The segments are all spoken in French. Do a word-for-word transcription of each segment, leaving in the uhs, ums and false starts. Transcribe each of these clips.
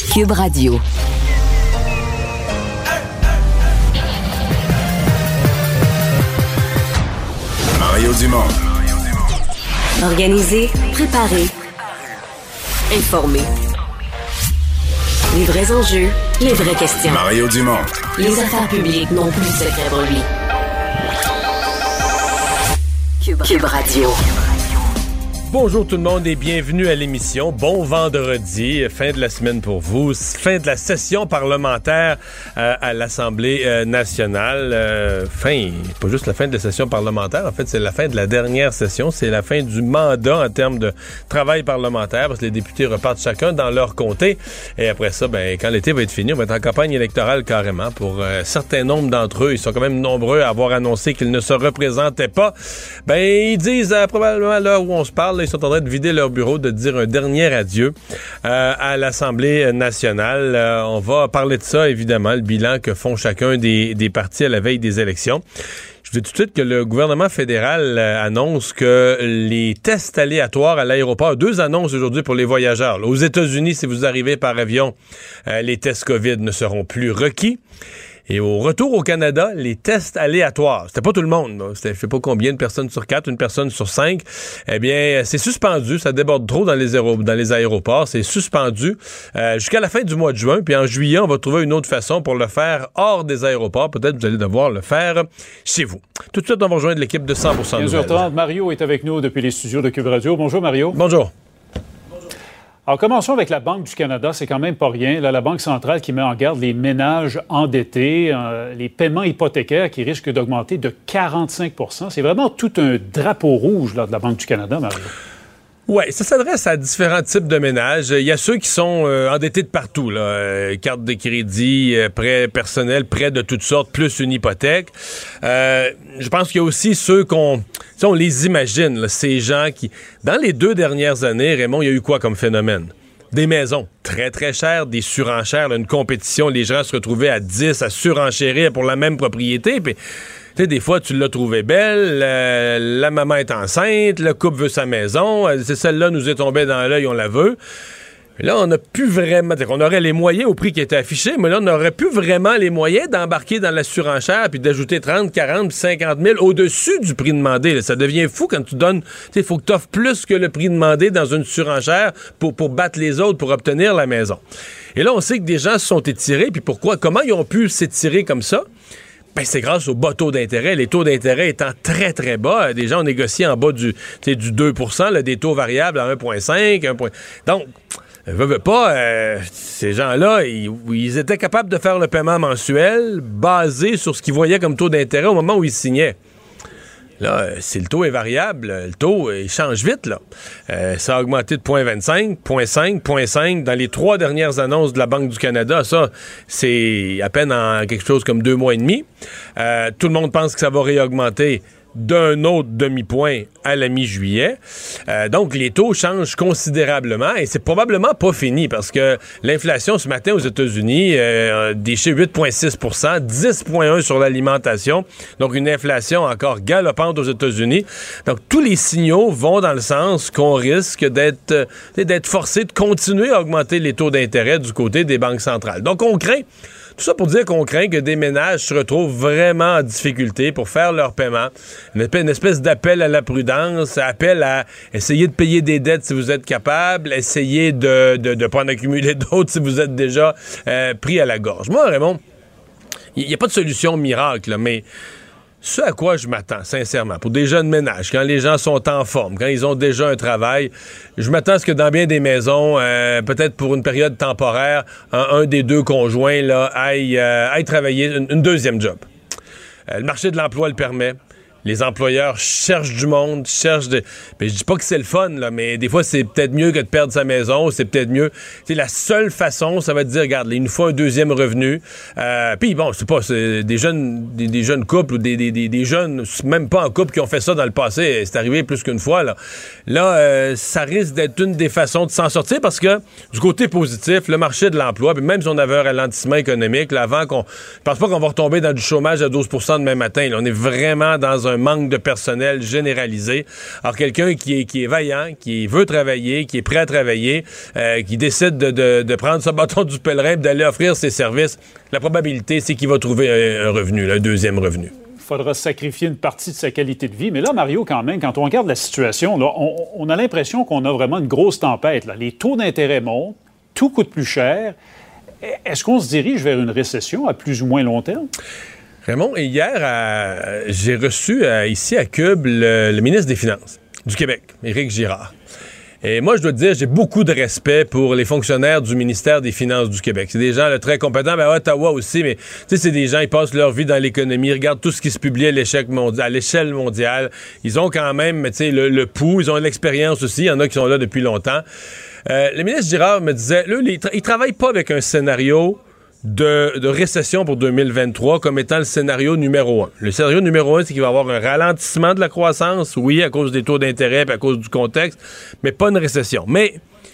Cube Radio. Mario Dumont. Organiser, préparer, informer. Les vrais enjeux, les vraies questions. Mario Dumont. Les affaires publiques n'ont plus de secret pour lui. Cube, Cube Radio. Bonjour tout le monde et bienvenue à l'émission. Bon vendredi, fin de la semaine pour vous, fin de la session parlementaire euh, à l'Assemblée euh, nationale. Euh, fin, pas juste la fin de la session parlementaire, en fait c'est la fin de la dernière session, c'est la fin du mandat en termes de travail parlementaire parce que les députés repartent chacun dans leur comté et après ça, ben quand l'été va être fini, on va être en campagne électorale carrément. Pour un euh, certain nombre d'entre eux, ils sont quand même nombreux à avoir annoncé qu'ils ne se représentaient pas. Ben ils disent euh, probablement à l'heure où on se parle, ils sont en train de vider leur bureau, de dire un dernier adieu euh, à l'Assemblée nationale. Euh, on va parler de ça, évidemment, le bilan que font chacun des, des partis à la veille des élections. Je dis tout de suite que le gouvernement fédéral euh, annonce que les tests aléatoires à l'aéroport, deux annonces aujourd'hui pour les voyageurs. Là, aux États-Unis, si vous arrivez par avion, euh, les tests COVID ne seront plus requis. Et au retour au Canada, les tests aléatoires, c'était pas tout le monde, là. C'était je sais pas combien, une personne sur quatre, une personne sur cinq, eh bien, c'est suspendu, ça déborde trop dans les, aéro- dans les aéroports, c'est suspendu euh, jusqu'à la fin du mois de juin, puis en juillet, on va trouver une autre façon pour le faire hors des aéroports. Peut-être que vous allez devoir le faire chez vous. Tout de suite, on va rejoindre l'équipe de cent pour cent Nouvelles. quinze heures trente, Mario est avec nous depuis les studios de Cube Radio. Bonjour, Mario. Bonjour. Alors, commençons avec la Banque du Canada. C'est quand même pas rien. Là, la Banque centrale qui met en garde les ménages endettés, euh, les paiements hypothécaires qui risquent d'augmenter de quarante-cinq pour cent. C'est vraiment tout un drapeau rouge là, de la Banque du Canada, Mario. Oui, ça s'adresse à différents types de ménages. Il y a ceux qui sont euh, endettés de partout, là. Euh, carte de crédit, euh, prêts personnels, prêts de toutes sortes, plus une hypothèque. Euh, je pense qu'il y a aussi ceux qu'on... Tu sais, on les imagine, là, ces gens qui... Dans les deux dernières années, Raymond, il y a eu quoi comme phénomène? Des maisons très, très chères, des surenchères, là, une compétition, les gens se retrouvaient à dix à surenchérir pour la même propriété, puis... Tu sais, des fois, tu l'as trouvée belle, euh, la maman est enceinte, le couple veut sa maison, euh, c'est celle-là nous est tombée dans l'œil, on la veut. Et là, on n'a plus vraiment... On aurait les moyens au prix qui était affiché, mais là, on n'aurait plus vraiment les moyens d'embarquer dans la surenchère puis d'ajouter trente, quarante, cinquante mille au-dessus du prix demandé. Là. Ça devient fou quand tu donnes... Tu sais, il faut que tu offres plus que le prix demandé dans une surenchère pour, pour battre les autres, pour obtenir la maison. Et là, on sait que des gens se sont étirés, puis pourquoi? Comment ils ont pu s'étirer comme ça? Ben, c'est grâce aux bas taux d'intérêt. Les taux d'intérêt étant très, très bas. Des gens ont négocié en bas du, du deux pour cent, là, des taux variables à un virgule cinq. un point... Donc, veux, veux pas, euh, ces gens-là, ils, ils étaient capables de faire le paiement mensuel basé sur ce qu'ils voyaient comme taux d'intérêt au moment où ils signaient. Là, si le taux est variable, le taux, il change vite, là. Euh, ça a augmenté de zéro virgule vingt-cinq, zéro virgule cinq, zéro virgule cinq dans les trois dernières annonces de la Banque du Canada. Ça, c'est à peine en quelque chose comme deux mois et demi. Euh, tout le monde pense que ça va réaugmenter d'un autre demi-point à la mi-juillet. Euh, donc, les taux changent considérablement et c'est probablement pas fini parce que l'inflation ce matin aux États-Unis, euh, des chiffres huit virgule six pour cent, dix virgule un pour cent sur l'alimentation. Donc, une inflation encore galopante aux États-Unis. Donc, tous les signaux vont dans le sens qu'on risque d'être, euh, d'être forcé de continuer à augmenter les taux d'intérêt du côté des banques centrales. Donc, on craint... Tout ça pour dire qu'on craint que des ménages se retrouvent vraiment en difficulté pour faire leur paiement. Une espèce, une espèce d'appel à la prudence, appel à essayer de payer des dettes si vous êtes capable, essayer de de, de pas en accumuler d'autres si vous êtes déjà euh, pris à la gorge. Moi, Raymond, il n'y a pas de solution miracle, là, mais ce à quoi je m'attends, sincèrement, pour des jeunes ménages, quand les gens sont en forme, quand ils ont déjà un travail, je m'attends à ce que dans bien des maisons, euh, peut-être pour une période temporaire, un, un des deux conjoints là, aille, euh, aille travailler une, une deuxième job. Euh, le marché de l'emploi le permet. Les employeurs cherchent du monde, cherchent de... Mais je dis pas que c'est le fun, là, mais des fois, c'est peut-être mieux que de perdre sa maison, c'est peut-être mieux... C'est la seule façon, ça va te dire, regarde, il nous faut un deuxième revenu. Euh, Puis bon, c'est pas... C'est des jeunes des, des jeunes couples ou des, des, des, des jeunes, même pas en couple, qui ont fait ça dans le passé. C'est arrivé plus qu'une fois, là. Là, euh, ça risque d'être une des façons de s'en sortir parce que, du côté positif, le marché de l'emploi, puis même si on avait un ralentissement économique, là, avant qu'on... Je pense pas qu'on va retomber dans du chômage à douze pour cent demain matin. Là. On est vraiment dans dans un manque de personnel généralisé. Alors, quelqu'un qui est, qui est vaillant, qui veut travailler, qui est prêt à travailler, euh, qui décide de, de, de prendre son bâton du pèlerin et d'aller offrir ses services, la probabilité, c'est qu'il va trouver un, un revenu, là, un deuxième revenu. Il faudra sacrifier une partie de sa qualité de vie. Mais là, Mario, quand même, quand on regarde la situation, là, on, on a l'impression qu'on a vraiment une grosse tempête, là. Les taux d'intérêt montent, tout coûte plus cher. Est-ce qu'on se dirige vers une récession à plus ou moins long terme? Raymond, hier, à, j'ai reçu à, ici à Cube le, le ministre des Finances du Québec, Éric Girard. Et moi, je dois te dire, j'ai beaucoup de respect pour les fonctionnaires du ministère des Finances du Québec. C'est des gens là, très compétents, ben, à Ottawa aussi, mais tu sais, c'est des gens, ils passent leur vie dans l'économie, ils regardent tout ce qui se publie à l'échelle mondiale, à l'échelle mondiale. Ils ont quand même, tu sais, le, le pouls, ils ont l'expérience aussi. Il y en a qui sont là depuis longtemps. Euh, le ministre Girard me disait, là, il tra- travaille pas avec un scénario de, de récession pour deux mille vingt-trois comme étant le scénario numéro un. Le scénario numéro un, c'est qu'il va y avoir un ralentissement de la croissance, oui, à cause des taux d'intérêt et à cause du contexte, mais pas une récession. Mais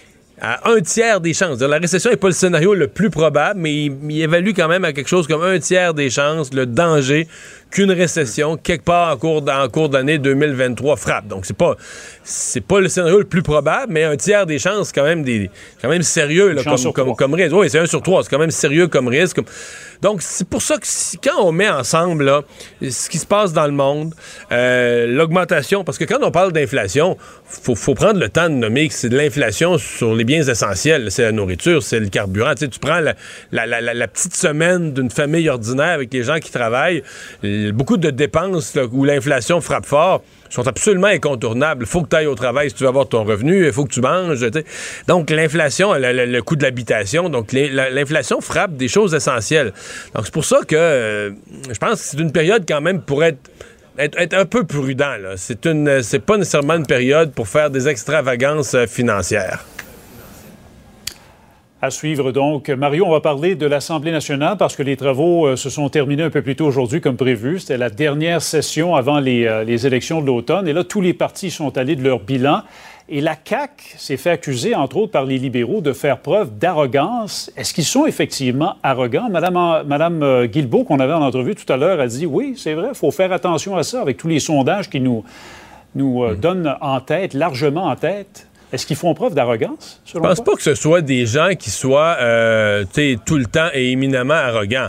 à un tiers des chances. La récession n'est pas le scénario le plus probable, mais il, il évalue quand même à quelque chose comme un tiers des chances le danger qu'une récession, quelque part en cours, en cours d'année deux mille vingt-trois, frappe. Donc, c'est pas, c'est pas le scénario le plus probable, mais un tiers des chances, quand même, des, quand même sérieux là, comme, comme, comme risque. Oui, c'est un sur trois. C'est quand même sérieux comme risque. Donc, c'est pour ça que si, quand on met ensemble là, ce qui se passe dans le monde, euh, l'augmentation, parce que quand on parle d'inflation, faut, faut prendre le temps de nommer que c'est de l'inflation sur les biens essentiels. C'est la nourriture, c'est le carburant. Tu sais, tu prends la, la, la, la petite semaine d'une famille ordinaire avec les gens qui travaillent, beaucoup de dépenses là, où l'inflation frappe fort sont absolument incontournables. Il faut que tu ailles au travail si tu veux avoir ton revenu, il faut que tu manges. T'sais. Donc, l'inflation, le, le, le coût de l'habitation, donc l'inflation frappe des choses essentielles. Donc, c'est pour ça que euh, je pense que c'est une période quand même pour être, être, être un peu prudent. Là. C'est, une, c'est pas nécessairement une période pour faire des extravagances euh, financières. À suivre donc. Mario, on va parler de l'Assemblée nationale parce que les travaux euh, se sont terminés un peu plus tôt aujourd'hui comme prévu. C'était la dernière session avant les, euh, les élections de l'automne. Et là, tous les partis sont allés de leur bilan. Et la C A Q s'est fait accuser, entre autres, par les libéraux de faire preuve d'arrogance. Est-ce qu'ils sont effectivement arrogants? Madame, Madame Guilbeault, qu'on avait en entrevue tout à l'heure, a dit oui, c'est vrai, il faut faire attention à ça avec tous les sondages qui nous, nous euh, donnent en tête, largement en tête. Est-ce qu'ils font preuve d'arrogance, selon toi? Je pense pas que ce soit des gens qui soient euh, tout le temps et éminemment arrogants.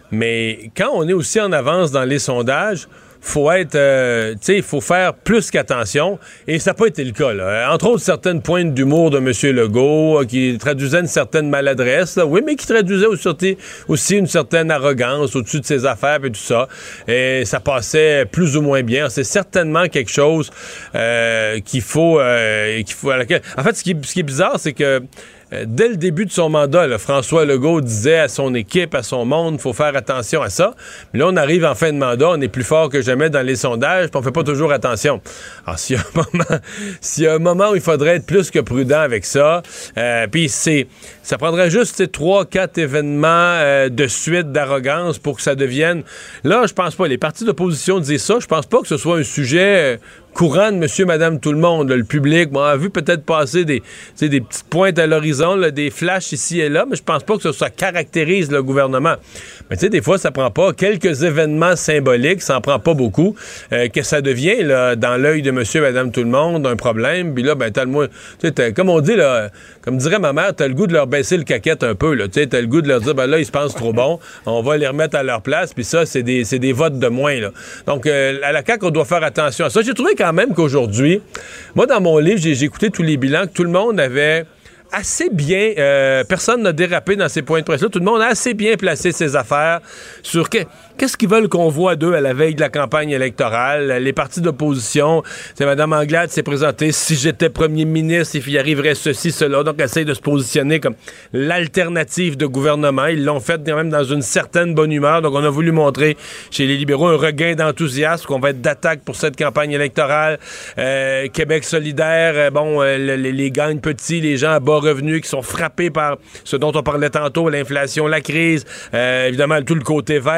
Mais quand on est aussi en avance dans les sondages, faut être, euh, tu sais, il faut faire plus qu'attention. Et ça n'a pas été le cas, là. Entre autres, certaines pointes d'humour de M. Legault, euh, qui traduisaient une certaine maladresse, là, oui, mais qui traduisaient aussi, aussi une certaine arrogance au-dessus de ses affaires et tout ça. Et ça passait plus ou moins bien. C'est certainement quelque chose euh, qu'il faut... Euh, qu'il faut à laquelle... En fait, ce qui, ce qui est bizarre, c'est que Euh, dès le début de son mandat, là, François Legault disait à son équipe, à son monde, il faut faire attention à ça. Mais là, on arrive en fin de mandat, on est plus fort que jamais dans les sondages, puis on fait pas toujours attention. Alors, s'il y a un moment, s'il y a un moment où il faudrait être plus que prudent avec ça, euh, puis c'est, ça prendrait juste trois, quatre événements euh, de suite d'arrogance pour que ça devienne... Là, je pense pas. Les partis d'opposition disent ça. Je pense pas que ce soit un sujet... Euh, courant de monsieur, madame, tout le monde, là, le public. Bon, on a vu peut-être passer des, des petites pointes à l'horizon, là, des flashs ici et là, mais je pense pas que ça, ça caractérise le gouvernement. Mais tu sais, des fois, ça prend pas quelques événements symboliques, ça en prend pas beaucoup, euh, que ça devient, là, dans l'œil de monsieur, madame, tout le monde, un problème. Puis là, ben, t'as le moins... Tu sais, comme on dit, là, comme dirait ma mère, t'as le goût de leur baisser le caquette un peu, là. Tu sais, t'as le goût de leur dire, ben là, ils se pensent trop bons, on va les remettre à leur place, puis ça, c'est des, c'est des votes de moins, là. Donc, euh, à la C A Q, on doit faire attention à ça. J'ai trouvé quand même qu'aujourd'hui, moi, dans mon livre, j'ai, j'ai écouté tous les bilans, que tout le monde avait assez bien, euh, personne n'a dérapé dans ces points de presse-là, tout le monde a assez bien placé ses affaires sur que, qu'est-ce qu'ils veulent qu'on voit d'eux à la veille de la campagne électorale. Les partis d'opposition, c'est Mme Anglade s'est présentée, si j'étais premier ministre, il y arriverait ceci, cela, donc essaye de se positionner comme l'alternative de gouvernement. Ils l'ont fait quand même dans une certaine bonne humeur, donc on a voulu montrer chez les libéraux un regain d'enthousiasme, qu'on va être d'attaque pour cette campagne électorale. Euh, Québec solidaire, euh, bon, euh, les, les gagnes petits, les gens à bas revenus qui sont frappés par ce dont on parlait tantôt, l'inflation, la crise, euh, évidemment tout le côté vert, tout le côté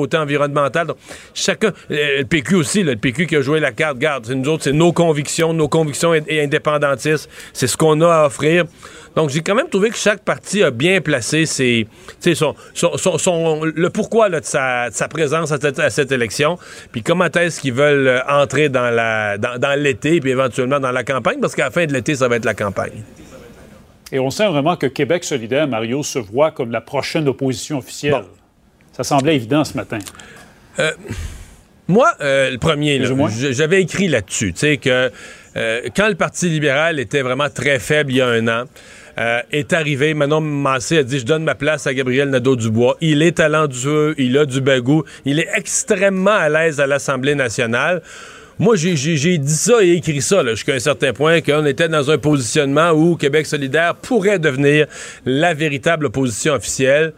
côté environnemental. Donc, chacun, le P Q aussi, là, le P Q qui a joué la carte, garde, c'est nous autres, c'est nos convictions, nos convictions et indépendantistes, c'est ce qu'on a à offrir. Donc, j'ai quand même trouvé que chaque parti a bien placé ses, son, son, son, son, le pourquoi là, de, sa, de sa présence à cette, à cette élection, puis comment est-ce qu'ils veulent entrer dans, la, dans, dans l'été, puis éventuellement dans la campagne, parce qu'à la fin de l'été, ça va être la campagne. Et on sent vraiment que Québec solidaire, Mario, se voit comme la prochaine opposition officielle. Bon. Ça semblait évident ce matin. Euh, moi, euh, le premier, là, j'avais écrit là-dessus, tu sais, que euh, quand le Parti libéral était vraiment très faible il y a un an, Euh, est arrivé, Manon Massé a dit « Je donne ma place à Gabriel Nadeau-Dubois. Il est talentueux, il a du bagou, il est extrêmement à l'aise à l'Assemblée nationale. » Moi, j'ai, j'ai, j'ai dit ça et écrit ça là, jusqu'à un certain point, qu'on était dans un positionnement où Québec solidaire pourrait devenir la véritable opposition officielle.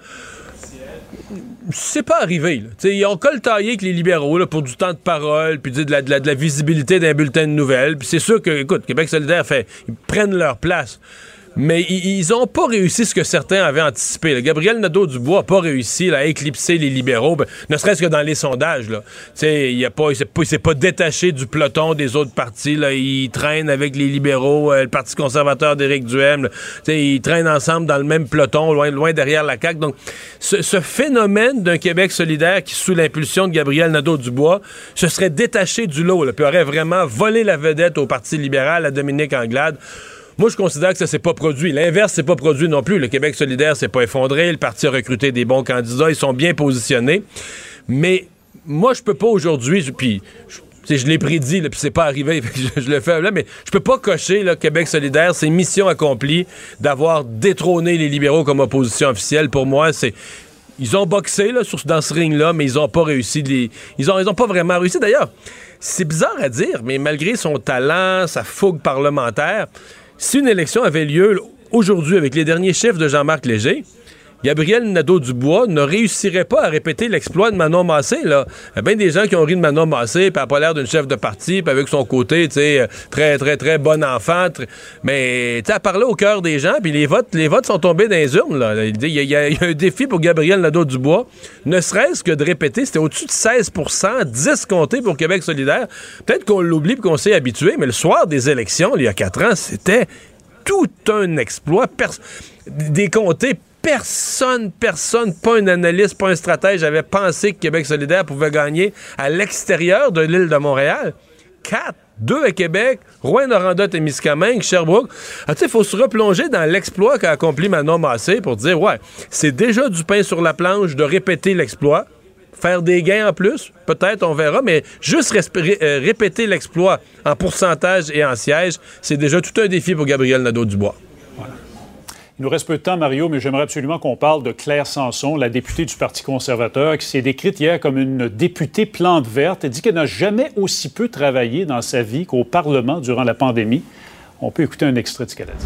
C'est pas arrivé. Là. Ils ont coltaillé avec les libéraux là, pour du temps de parole, puis de la, de, la, de la visibilité d'un bulletin de nouvelles. Puis c'est sûr que, écoute, Québec solidaire fait, ils prennent leur place. Mais ils n'ont pas réussi ce que certains avaient anticipé. Là. Gabriel Nadeau-Dubois n'a pas réussi là, à éclipser les libéraux, ben, ne serait-ce que dans les sondages. Là. Il ne s'est pas, pas détaché du peloton des autres partis. Là. Il traîne avec les libéraux, euh, le Parti conservateur d'Éric Duhaime. Ils traînent ensemble dans le même peloton, loin, loin derrière la C A Q. Donc, ce, ce phénomène d'un Québec solidaire qui, sous l'impulsion de Gabriel Nadeau-Dubois, se serait détaché du lot, là, puis aurait vraiment volé la vedette au Parti libéral, à Dominique Anglade. Moi, je considère que ça s'est pas produit. L'inverse s'est pas produit non plus. Le Québec solidaire s'est pas effondré. Le parti a recruté des bons candidats. Ils sont bien positionnés. Mais moi, je peux pas aujourd'hui... Puis, je, je l'ai prédit, puis c'est pas arrivé. je, je le fais là, mais je peux pas cocher là, Québec solidaire. C'est mission accomplie d'avoir détrôné les libéraux comme opposition officielle. Pour moi, c'est... Ils ont boxé là, sur, dans ce ring-là, mais ils ont pas réussi. Les, ils, ont, ils ont pas vraiment réussi. D'ailleurs, c'est bizarre à dire, mais malgré son talent, sa fougue parlementaire... Si une élection avait lieu aujourd'hui avec les derniers chiffres de Jean-Marc Léger, Gabriel Nadeau-Dubois ne réussirait pas à répéter l'exploit de Manon Massé. Là. Il y a bien des gens qui ont ri de Manon Massé, puis elle n'a pas l'air d'une chef de parti, puis avec son côté, tu sais, très, très, très bon enfant. Très... Mais, tu sais, elle parlait au cœur des gens, puis les votes, les votes sont tombés dans les urnes. Là. Il y a, il y a, il y a un défi pour Gabriel Nadeau-Dubois, ne serait-ce que de répéter, c'était au-dessus de seize pour cent, dix comptés pour Québec solidaire. Peut-être qu'on l'oublie et qu'on s'est habitué, mais le soir des élections, il y a quatre ans, c'était tout un exploit. Pers- des comtés Personne, personne, pas un analyste, pas un stratège avait pensé que Québec solidaire pouvait gagner à l'extérieur de l'île de Montréal. Quatre, deux à Québec, Rouyn-Noranda-Témiscamingue, Sherbrooke. Ah, tu sais, il faut se replonger dans l'exploit qu'a accompli Manon Massé pour dire, ouais, c'est déjà du pain sur la planche de répéter l'exploit. Faire des gains en plus, peut-être, on verra, mais juste ré- euh, répéter l'exploit en pourcentage et en siège, c'est déjà tout un défi pour Gabriel Nadeau-Dubois. Voilà. Il nous reste peu de temps, Mario, mais j'aimerais absolument qu'on parle de Claire Sanson, la députée du Parti conservateur, qui s'est décrite hier comme une députée plante verte. Elle dit qu'elle n'a jamais aussi peu travaillé dans sa vie qu'au Parlement durant la pandémie. On peut écouter un extrait de ce qu'elle a dit.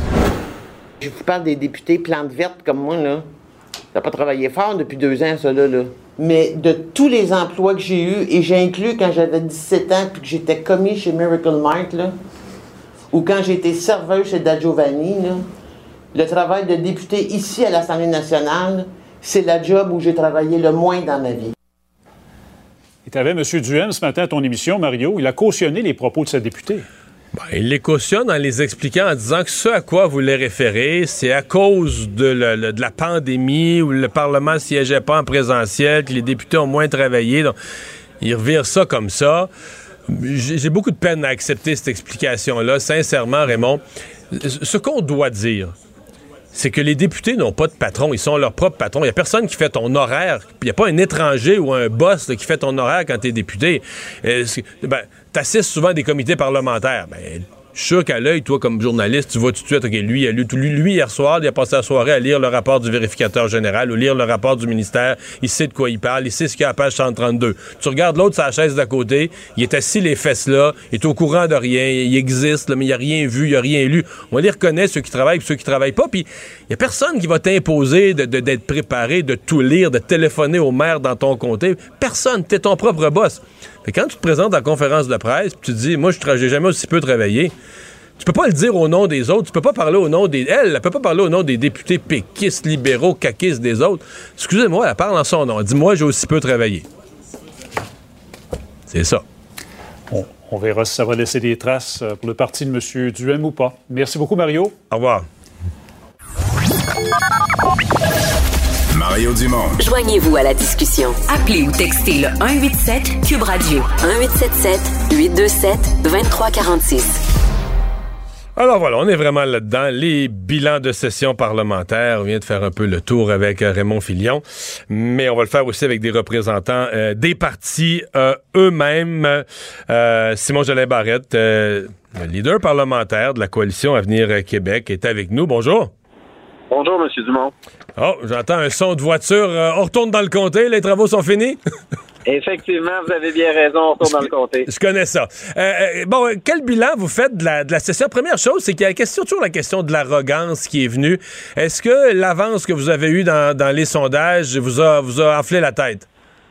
Je vous parle des députés plantes vertes comme moi, là. Ça n'a pas travaillé fort depuis deux ans, ça, là, là. Mais de tous les emplois que j'ai eus, et j'ai inclus quand j'avais dix-sept ans puis que j'étais commis chez Miracle Mart, là, ou quand j'étais serveuse chez Da Giovanni, là, le travail de député ici à l'Assemblée nationale, c'est la job où j'ai travaillé le moins dans ma vie. Et tu avais M. Duhaime ce matin à ton émission, Mario. Il a cautionné les propos de sa députée. Ben, il les cautionne en les expliquant, en disant que ce à quoi vous les référez, c'est à cause de, le, le, de la pandémie où le Parlement ne siégeait pas en présentiel, que les députés ont moins travaillé. Donc, il revire ça comme ça. J'ai, j'ai beaucoup de peine à accepter cette explication-là. Sincèrement, Raymond, ce qu'on doit dire, c'est que les députés n'ont pas de patron. Ils sont leurs propres patrons. Il n'y a personne qui fait ton horaire. Il n'y a pas un étranger ou un boss là, qui fait ton horaire quand tu es député. Euh, ben, tu assistes souvent à des comités parlementaires. Ben, je suis sûr qu'à l'œil, toi, comme journaliste, tu vois tout de suite, OK, lui, il a lu, lui, lui, hier soir, il a passé la soirée à lire le rapport du vérificateur général ou lire le rapport du ministère. Il sait de quoi il parle. Il sait ce qu'il y a à la page cent trente-deux. Tu regardes l'autre sur la chaise d'à côté. Il est assis les fesses là. Il est au courant de rien. Il existe, là, mais il n'a rien vu, il n'a rien lu. On les reconnaît, ceux qui travaillent et ceux qui travaillent pas. Puis il n'y a personne qui va t'imposer de, de, d'être préparé, de tout lire, de téléphoner au maire dans ton comté. Personne. T'es ton propre boss. Fait quand tu te présentes en conférence de presse, puis tu te dis, moi, je n'ai jamais aussi peu travaillé, tu peux pas le dire au nom des autres, tu peux pas parler au nom des... Elle, elle peut pas parler au nom des députés péquistes, libéraux, caquistes des autres. Excusez-moi, elle parle en son nom. Elle dit, moi, j'ai aussi peu travaillé. C'est ça. On, on verra si ça va laisser des traces pour le parti de M. Duhem ou pas. Merci beaucoup, Mario. Au revoir. Mario Dumont. Joignez-vous à la discussion. Appelez ou textez le un huit sept Cube Radio. un huit sept sept huit deux sept deux trois quatre six. Alors voilà, on est vraiment là-dedans. Les bilans de session parlementaire. On vient de faire un peu le tour avec Raymond Filion, mais on va le faire aussi avec des représentants euh, des partis euh, eux-mêmes. Euh, Simon Jolin-Barrette, euh, le leader parlementaire de la coalition Avenir Québec, est avec nous. Bonjour. Bonjour, M. Dumont. Oh, j'entends un son de voiture. Euh, on retourne dans le comté. Les travaux sont finis? Effectivement, vous avez bien raison, on retourne dans le comté. Je connais ça. Euh, euh, bon, quel bilan vous faites de la, de la session? Première chose, c'est qu'il y a la question, toujours la question de l'arrogance qui est venue. Est-ce que l'avance que vous avez eue dans, dans les sondages vous a, vous a enflé la tête?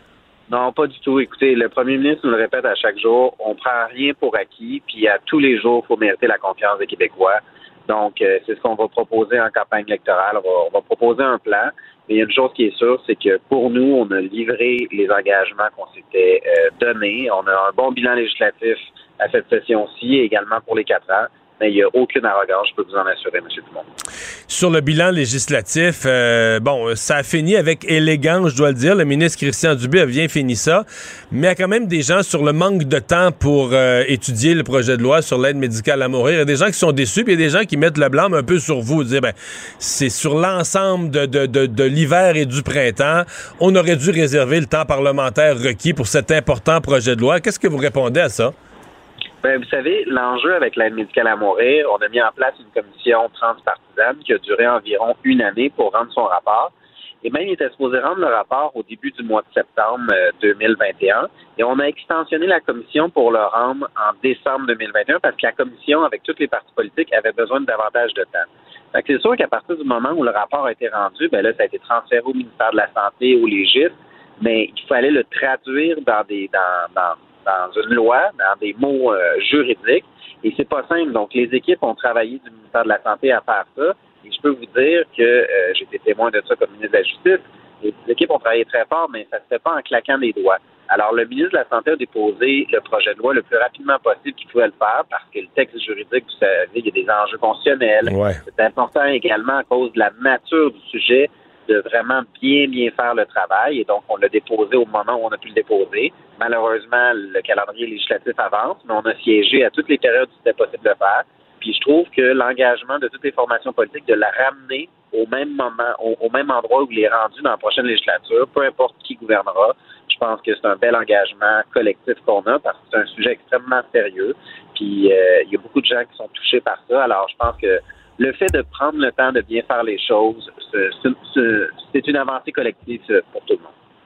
Non, pas du tout. Écoutez, le premier ministre nous le répète à chaque jour, on prend rien pour acquis, puis à tous les jours, il faut mériter la confiance des Québécois. Donc, euh, c'est ce qu'on va proposer en campagne électorale. On va, on va proposer un plan. Mais il y a une chose qui est sûre, c'est que pour nous, on a livré les engagements qu'on s'était euh, donnés. On a un bon bilan législatif à cette session-ci et également pour les quatre ans. Mais il n'y a aucune arrogance, je peux vous en assurer, M. Dumont. Sur le bilan législatif, euh, bon, ça a fini avec élégance, je dois le dire. Le ministre Christian Dubé a bien fini ça. Mais il y a quand même des gens sur le manque de temps pour euh, étudier le projet de loi sur l'aide médicale à mourir. Il y a des gens qui sont déçus, puis il y a des gens qui mettent le blâme un peu sur vous. Dire, ben, c'est sur l'ensemble de, de, de, de l'hiver et du printemps. On aurait dû réserver le temps parlementaire requis pour cet important projet de loi. Qu'est-ce que vous répondez à ça? Ben, vous savez, l'enjeu avec l'aide médicale à mourir, on a mis en place une commission transpartisane qui a duré environ une année pour rendre son rapport. Et même, il était supposé rendre le rapport au début du mois de septembre deux mille vingt et un. Et on a extensionné la commission pour le rendre en décembre deux mille vingt et un parce que la commission, avec tous les partis politiques, avait besoin de davantage de temps. Fait que c'est sûr qu'à partir du moment où le rapport a été rendu, ben là, ça a été transféré au ministère de la Santé, au légiste, mais il fallait le traduire dans des dans, dans dans une loi, dans des mots euh, juridiques, et c'est pas simple. Donc, les équipes ont travaillé du ministère de la Santé à faire ça, et je peux vous dire que euh, j'ai été témoin de ça comme ministre de la Justice. Les équipes ont travaillé très fort, mais ça se fait pas en claquant des doigts. Alors, le ministre de la Santé a déposé le projet de loi le plus rapidement possible qu'il pouvait le faire, parce que le texte juridique, vous savez, il y a des enjeux constitutionnels. Ouais. C'est important également à cause de la nature du sujet, de vraiment bien, bien faire le travail. Et donc, on l'a déposé au moment où on a pu le déposer. Malheureusement, le calendrier législatif avance, mais on a siégé à toutes les périodes où c'était possible de faire. Puis je trouve que l'engagement de toutes les formations politiques de la ramener au même moment, au, au même endroit où il est rendu dans la prochaine législature, peu importe qui gouvernera, je pense que c'est un bel engagement collectif qu'on a parce que c'est un sujet extrêmement sérieux. Puis euh, il y a beaucoup de gens qui sont touchés par ça. Alors, je pense que le fait de prendre le temps de bien faire les choses, c'est, c'est, c'est une avancée collective pour tout le monde.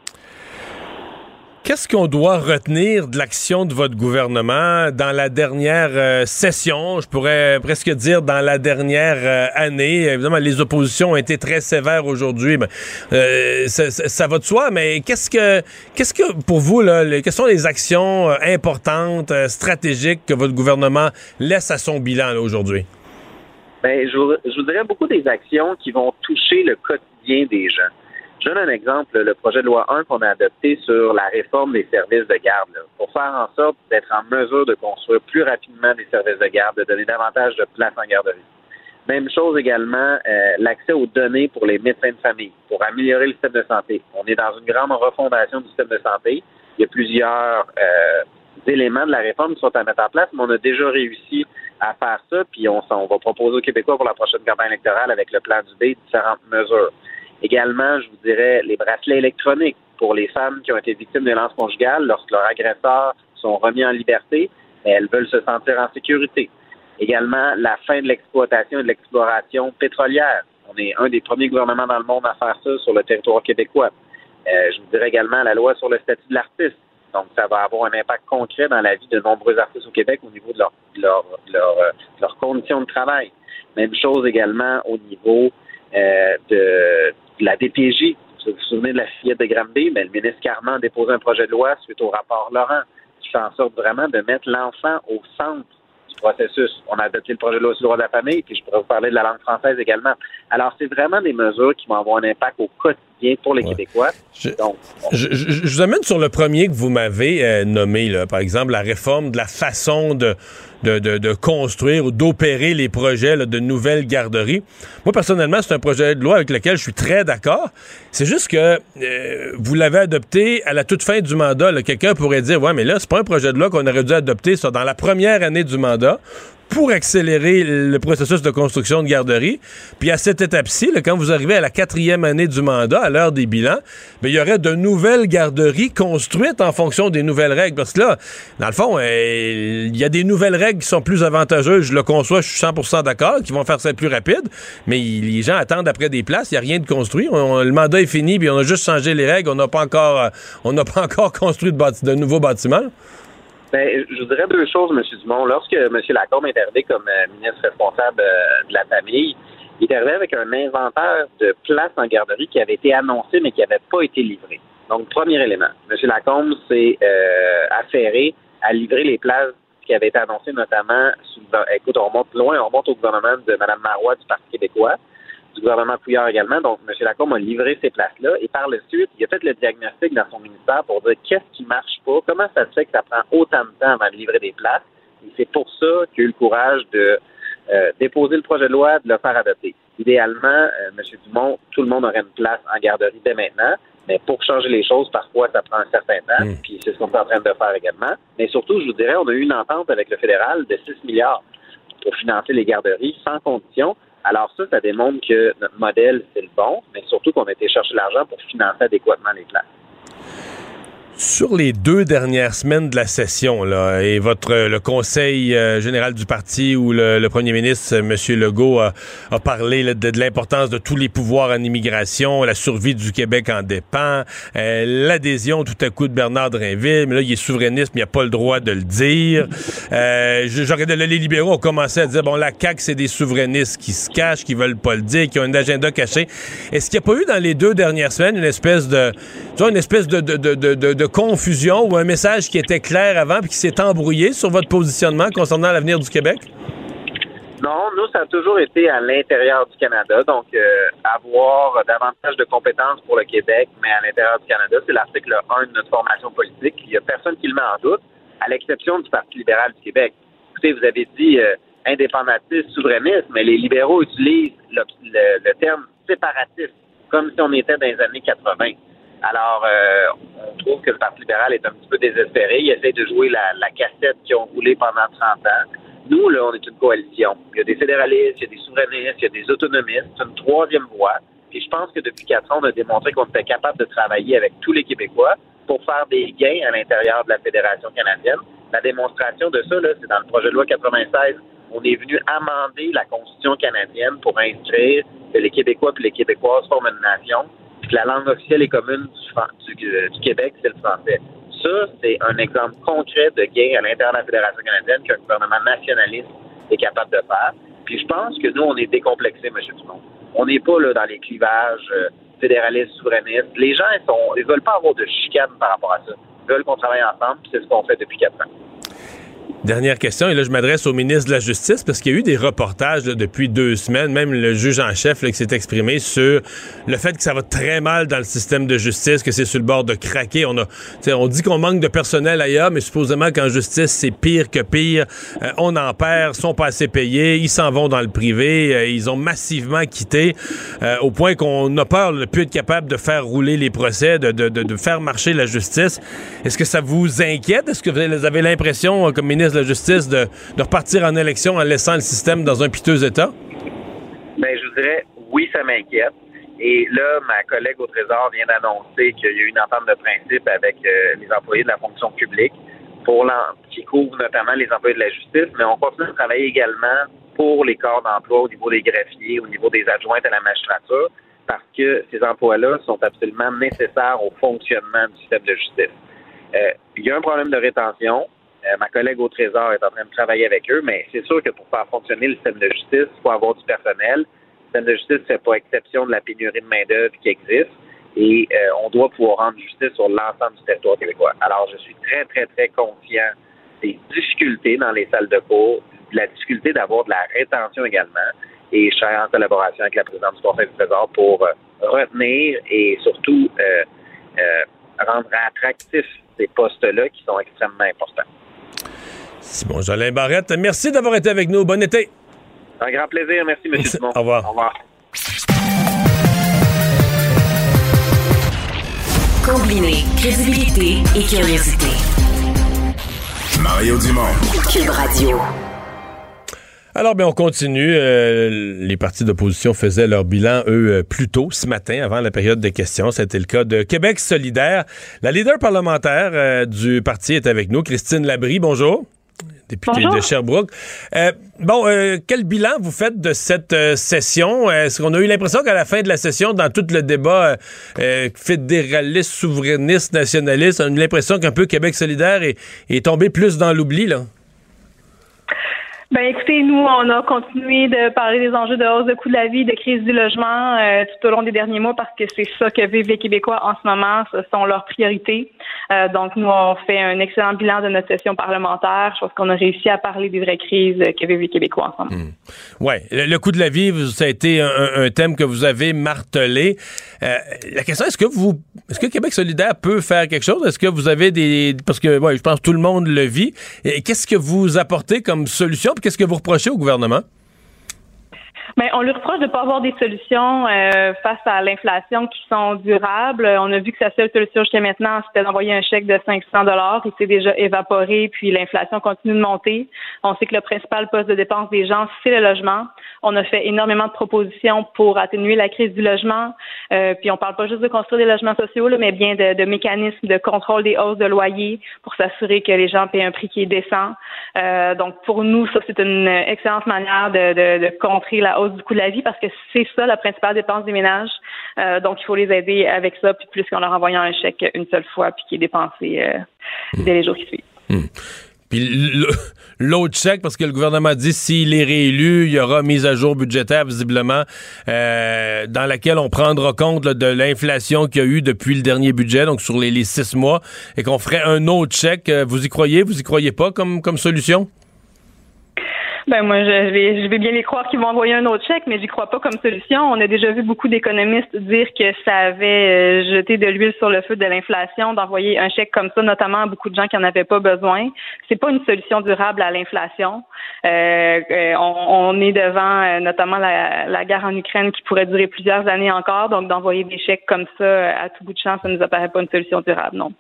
Qu'est-ce qu'on doit retenir de l'action de votre gouvernement dans la dernière euh, session, je pourrais presque dire dans la dernière euh, année? Évidemment, les oppositions ont été très sévères aujourd'hui. Ben, euh, ça, ça, ça va de soi, mais qu'est-ce que, qu'est-ce que pour vous, là, les, quelles sont les actions euh, importantes, euh, stratégiques que votre gouvernement laisse à son bilan là, aujourd'hui? Ben, je, vous, je vous dirais beaucoup des actions qui vont toucher le quotidien des gens. Je donne un exemple, le projet de loi un qu'on a adopté sur la réforme des services de garde, là, pour faire en sorte d'être en mesure de construire plus rapidement des services de garde, de donner davantage de place en garderie. Même chose également, euh, l'accès aux données pour les médecins de famille, pour améliorer le système de santé. On est dans une grande refondation du système de santé. Il y a plusieurs euh, éléments de la réforme qui sont à mettre en place, mais on a déjà réussi à faire ça, puis on, on va proposer aux Québécois pour la prochaine campagne électorale avec le plan Dubé différentes mesures. Également, je vous dirais, les bracelets électroniques pour les femmes qui ont été victimes de violences conjugales lorsque leurs agresseurs sont remis en liberté, elles veulent se sentir en sécurité. Également, la fin de l'exploitation et de l'exploration pétrolière. On est un des premiers gouvernements dans le monde à faire ça sur le territoire québécois. Euh, je vous dirais également la loi sur le statut de l'artiste. Donc, ça va avoir un impact concret dans la vie de nombreux artistes au Québec au niveau de leurs leur, leur, leur, leur conditions de travail. Même chose également au niveau euh, de, de la D P J. Vous vous souvenez de la fillette de Granby? Mais le ministre Carman a déposé un projet de loi suite au rapport Laurent qui fait en sorte vraiment de mettre l'enfant au centre du processus. On a adopté le projet de loi sur le droit de la famille, puis je pourrais vous parler de la langue française également. Alors, c'est vraiment des mesures qui vont avoir un impact au quotidien quotidien pour les ouais. Québécois. Je, Donc, bon. je, je, je vous amène sur le premier que vous m'avez euh, nommé, là, par exemple, la réforme de la façon de, de, de, de construire ou d'opérer les projets là, de nouvelles garderies. Moi, personnellement, c'est un projet de loi avec lequel je suis très d'accord. C'est juste que euh, vous l'avez adopté à la toute fin du mandat. Là. Quelqu'un pourrait dire, ouais, mais là, c'est pas un projet de loi qu'on aurait dû adopter ça, dans la première année du mandat, pour accélérer le processus de construction de garderie. Puis à cette étape-ci, là, quand vous arrivez à la quatrième année du mandat, à l'heure des bilans, bien, il y aurait de nouvelles garderies construites en fonction des nouvelles règles. Parce que là, dans le fond, euh, il y a des nouvelles règles qui sont plus avantageuses, je le conçois, je suis cent pour cent d'accord, qui vont faire ça plus rapide, mais les gens attendent après des places, il n'y a rien de construit. On, on, le mandat est fini, puis on a juste changé les règles, on n'a pas encore euh, on n'a pas encore construit de, bâti- de nouveaux bâtiments. Ben, je vous dirais deux choses, M. Dumont. Lorsque M. Lacombe est arrivé comme euh, ministre responsable euh, de la famille, il est arrivé avec un inventaire de places en garderie qui avait été annoncé, mais qui n'avait pas été livré. Donc, premier élément. M. Lacombe s'est euh, affairé à livrer les places qui avaient été annoncées, notamment, sous, écoute, on remonte loin, on remonte au gouvernement de Mme Marois du Parti québécois, du gouvernement Couillard également. Donc, M. Lacombe a livré ces places-là et par la suite, il a fait le diagnostic dans son ministère pour dire qu'est-ce qui marche pas, comment ça se fait que ça prend autant de temps avant de livrer des places. Et c'est pour ça qu'il a eu le courage de euh, déposer le projet de loi, de le faire adopter. Idéalement, euh, M. Dumont, tout le monde aurait une place en garderie dès maintenant, mais pour changer les choses, parfois, ça prend un certain temps, mmh. puis c'est ce qu'on est en train de faire également. Mais surtout, je vous dirais, on a eu une entente avec le fédéral de six milliards pour financer les garderies sans condition. Alors ça, ça démontre que notre modèle, c'est le bon, mais surtout qu'on a été chercher l'argent pour financer adéquatement les places. Sur les deux dernières semaines de la session, là, et votre le Conseil euh, général du parti où le, le premier ministre, M. Legault, a, a parlé là, de, de l'importance de tous les pouvoirs en immigration, la survie du Québec en dépend, euh, l'adhésion tout à coup de Bernard Drinville, mais là, il est souverainiste, mais il n'a pas le droit de le dire. Euh, j'aurais de, les libéraux ont commencé à dire, bon, la C A Q, c'est des souverainistes qui se cachent, qui veulent pas le dire, qui ont un agenda caché. Est-ce qu'il n'y a pas eu dans les deux dernières semaines une espèce de, tu vois, une espèce de, de, de, de, de, de confusion ou un message qui était clair avant puis qui s'est embrouillé sur votre positionnement concernant l'avenir du Québec? Non, nous, ça a toujours été à l'intérieur du Canada. Donc, euh, avoir davantage de compétences pour le Québec, mais à l'intérieur du Canada, c'est l'article un de notre formation politique. Il n'y a personne qui le met en doute, à l'exception du Parti libéral du Québec. Écoutez, vous avez dit euh, indépendantiste, souverainiste, mais les libéraux utilisent le, le, le terme séparatiste, comme si on était dans les années quatre-vingt. Alors, euh, on trouve que le Parti libéral est un petit peu désespéré. Il essaie de jouer la, la cassette qu'ils ont roulée pendant trente ans. Nous, là, on est une coalition. Il y a des fédéralistes, il y a des souverainistes, il y a des autonomistes. C'est une troisième voie. Puis je pense que depuis quatre ans, on a démontré qu'on était capable de travailler avec tous les Québécois pour faire des gains à l'intérieur de la Fédération canadienne. La démonstration de ça, là, c'est dans le projet de loi quatre-vingt-seize. On est venu amender la Constitution canadienne pour inscrire que les Québécois et les Québécoises forment une nation. Que la langue officielle et commune du, du, du Québec, c'est le français. Ça, c'est un exemple concret de gain à l'intérieur de la Fédération canadienne qu'un gouvernement nationaliste est capable de faire. Puis je pense que nous, on est décomplexés, M. Dumont. On n'est pas là dans les clivages euh, fédéralistes, souverainistes. Les gens, ils sont, ils veulent pas avoir de chicane par rapport à ça. Ils veulent qu'on travaille ensemble, puis c'est ce qu'on fait depuis quatre ans. Dernière question, et là je m'adresse au ministre de la Justice parce qu'il y a eu des reportages là, depuis deux semaines, même le juge en chef là, qui s'est exprimé sur le fait que ça va très mal dans le système de justice, que c'est sur le bord de craquer. On a, on dit qu'on manque de personnel ailleurs, mais supposément qu'en justice c'est pire que pire. Euh, on en perd, sont pas assez payés, ils s'en vont dans le privé, euh, ils ont massivement quitté euh, au point qu'on a peur de ne plus être capable de faire rouler les procès, de, de, de, de faire marcher la justice. Est-ce que ça vous inquiète? Est-ce que vous avez l'impression, comme ministre de la Justice, de, de repartir en élection en laissant le système dans un piteux état? Bien, je vous dirais, oui, ça m'inquiète. Et là, ma collègue au Trésor vient d'annoncer qu'il y a eu une entente de principe avec euh, les employés de la fonction publique pour qui couvre notamment les employés de la justice, mais on continue de travailler également pour les corps d'emploi au niveau des greffiers, au niveau des adjointes à la magistrature, parce que ces emplois-là sont absolument nécessaires au fonctionnement du système de justice. Euh, il y a un problème de rétention. Euh, ma collègue au Trésor est en train de travailler avec eux, mais c'est sûr que pour faire fonctionner le système de justice, il faut avoir du personnel. Le système de justice ne fait pas exception de la pénurie de main-d'œuvre qui existe et euh, on doit pouvoir rendre justice sur l'ensemble du territoire québécois. Alors, je suis très, très, très conscient des difficultés dans les salles de cours, de la difficulté d'avoir de la rétention également. et je travaille en collaboration avec la présidente du Conseil du Trésor pour euh, retenir et surtout euh, euh, rendre attractifs ces postes-là qui sont extrêmement importants. Simon Jolin Barrette, merci d'avoir été avec nous. Bon été. Un grand plaisir. Merci, M. Dumont. Au revoir. Au revoir. Combiner crédibilité et curiosité. Mario Dumont. Cube Radio. Alors, bien, on continue. Euh, les partis d'opposition faisaient leur bilan, eux, plus tôt, ce matin, avant la période de questions. C'était le cas de Québec solidaire. La leader parlementaire euh, du parti est avec nous, Christine Labrie. Bonjour. Députée Bonjour. de Sherbrooke. Euh, bon, euh, quel bilan vous faites de cette euh, session? Est-ce qu'on a eu l'impression qu'à la fin de la session, dans tout le débat euh, fédéraliste, souverainiste, nationaliste, on a eu l'impression qu'un peu Québec solidaire est, est tombé plus dans l'oubli, là? Ben écoutez, nous, on a continué de parler des enjeux de hausse de coût de la vie, de crise du logement euh, tout au long des derniers mois parce que c'est ça que vivent les Québécois en ce moment, ce sont leurs priorités. Euh, donc, nous, on fait un excellent bilan de notre session parlementaire. Je pense qu'on a réussi à parler des vraies crises que vivent les Québécois en ce moment. Mmh. Oui, le, le coût de la vie, ça a été un, un thème que vous avez martelé. Euh, la question, est-ce que vous, est-ce que Québec solidaire peut faire quelque chose? Est-ce que vous avez des... Parce que, ouais, je pense que tout le monde le vit. Et qu'est-ce que vous apportez comme solution? Puis qu'est-ce que vous reprochez au gouvernement? Bien, on lui reproche de ne pas avoir des solutions euh, face à l'inflation qui sont durables. On a vu que sa seule solution jusqu'à maintenant, c'était d'envoyer un chèque de cinq cents dollars. Il s'est déjà évaporé, puis l'inflation continue de monter. On sait que le principal poste de dépense des gens, c'est le logement. On a fait énormément de propositions pour atténuer la crise du logement. Euh, puis on parle pas juste de construire des logements sociaux, là, mais bien de, de mécanismes de contrôle des hausses de loyer pour s'assurer que les gens paient un prix qui est décent. Euh, donc pour nous, ça c'est une excellente manière de, de, de contrer la hausse du coût de la vie parce que c'est ça la principale dépense des ménages. Euh, donc il faut les aider avec ça, puis plus qu'en leur envoyant un chèque une seule fois puis qui est dépensé euh, mmh. dès les jours qui suivent. Mmh. Puis l'autre chèque, parce que le gouvernement dit s'il est réélu, il y aura mise à jour budgétaire visiblement euh, dans laquelle on prendra compte là, de l'inflation qu'il y a eu depuis le dernier budget, donc sur les, les six mois, et qu'on ferait un autre chèque. Vous y croyez? Vous y croyez pas comme, comme solution? Ben moi, je vais, je vais bien les croire qu'ils vont envoyer un autre chèque, mais j'y crois pas comme solution. On a déjà vu beaucoup d'économistes dire que ça avait euh, jeté de l'huile sur le feu de l'inflation, d'envoyer un chèque comme ça, notamment à beaucoup de gens qui en avaient pas besoin. C'est pas une solution durable à l'inflation. Euh, euh, on, on est devant euh, notamment la, la guerre en Ukraine qui pourrait durer plusieurs années encore, donc d'envoyer des chèques comme ça à tout bout de champ, ça nous apparaît pas une solution durable, non.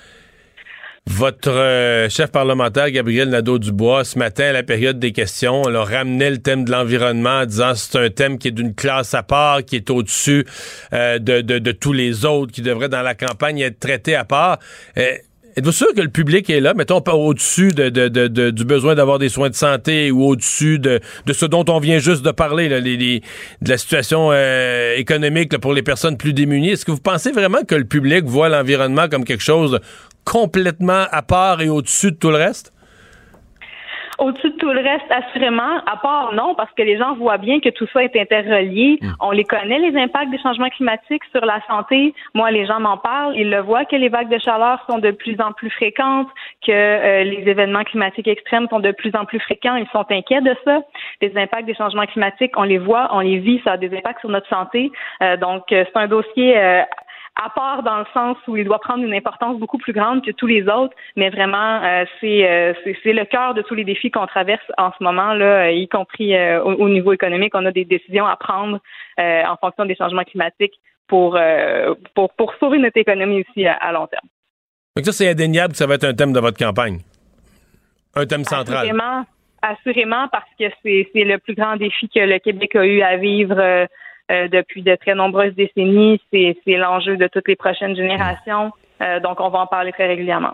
Votre euh, chef parlementaire, Gabriel Nadeau-Dubois, ce matin, à la période des questions, on a ramené le thème de l'environnement en disant que c'est un thème qui est d'une classe à part, qui est au-dessus euh, de, de, de tous les autres, qui devrait, dans la campagne, être traité à part. Euh, êtes-vous sûr que le public est là, mettons, pas au-dessus de, de, de, de, du besoin d'avoir des soins de santé ou au-dessus de, de ce dont on vient juste de parler, là, les, les, de la situation euh, économique là, pour les personnes plus démunies? Est-ce que vous pensez vraiment que le public voit l'environnement comme quelque chose complètement à part et au-dessus de tout le reste? Au-dessus de tout le reste, assurément. À part, non, parce que les gens voient bien que tout ça est interrelié. Mmh. On les connaît, les impacts des changements climatiques sur la santé. Moi, les gens m'en parlent. Ils le voient que les vagues de chaleur sont de plus en plus fréquentes, que euh, les événements climatiques extrêmes sont de plus en plus fréquents. Ils sont inquiets de ça. Les impacts des changements climatiques, on les voit, on les vit. Ça a des impacts sur notre santé. Euh, donc, c'est un dossier... Euh, à part dans le sens où il doit prendre une importance beaucoup plus grande que tous les autres, mais vraiment, euh, c'est, euh, c'est, c'est le cœur de tous les défis qu'on traverse en ce moment, là, y compris euh, au, au niveau économique. On a des décisions à prendre euh, en fonction des changements climatiques pour, euh, pour, pour sauver notre économie aussi à, à long terme. Donc ça, c'est indéniable que ça va être un thème de votre campagne. Un thème central. Assurément, assurément parce que c'est, c'est le plus grand défi que le Québec a eu à vivre euh, Euh, depuis de très nombreuses décennies. C'est, c'est l'enjeu de toutes les prochaines générations. Euh, donc, on va en parler très régulièrement.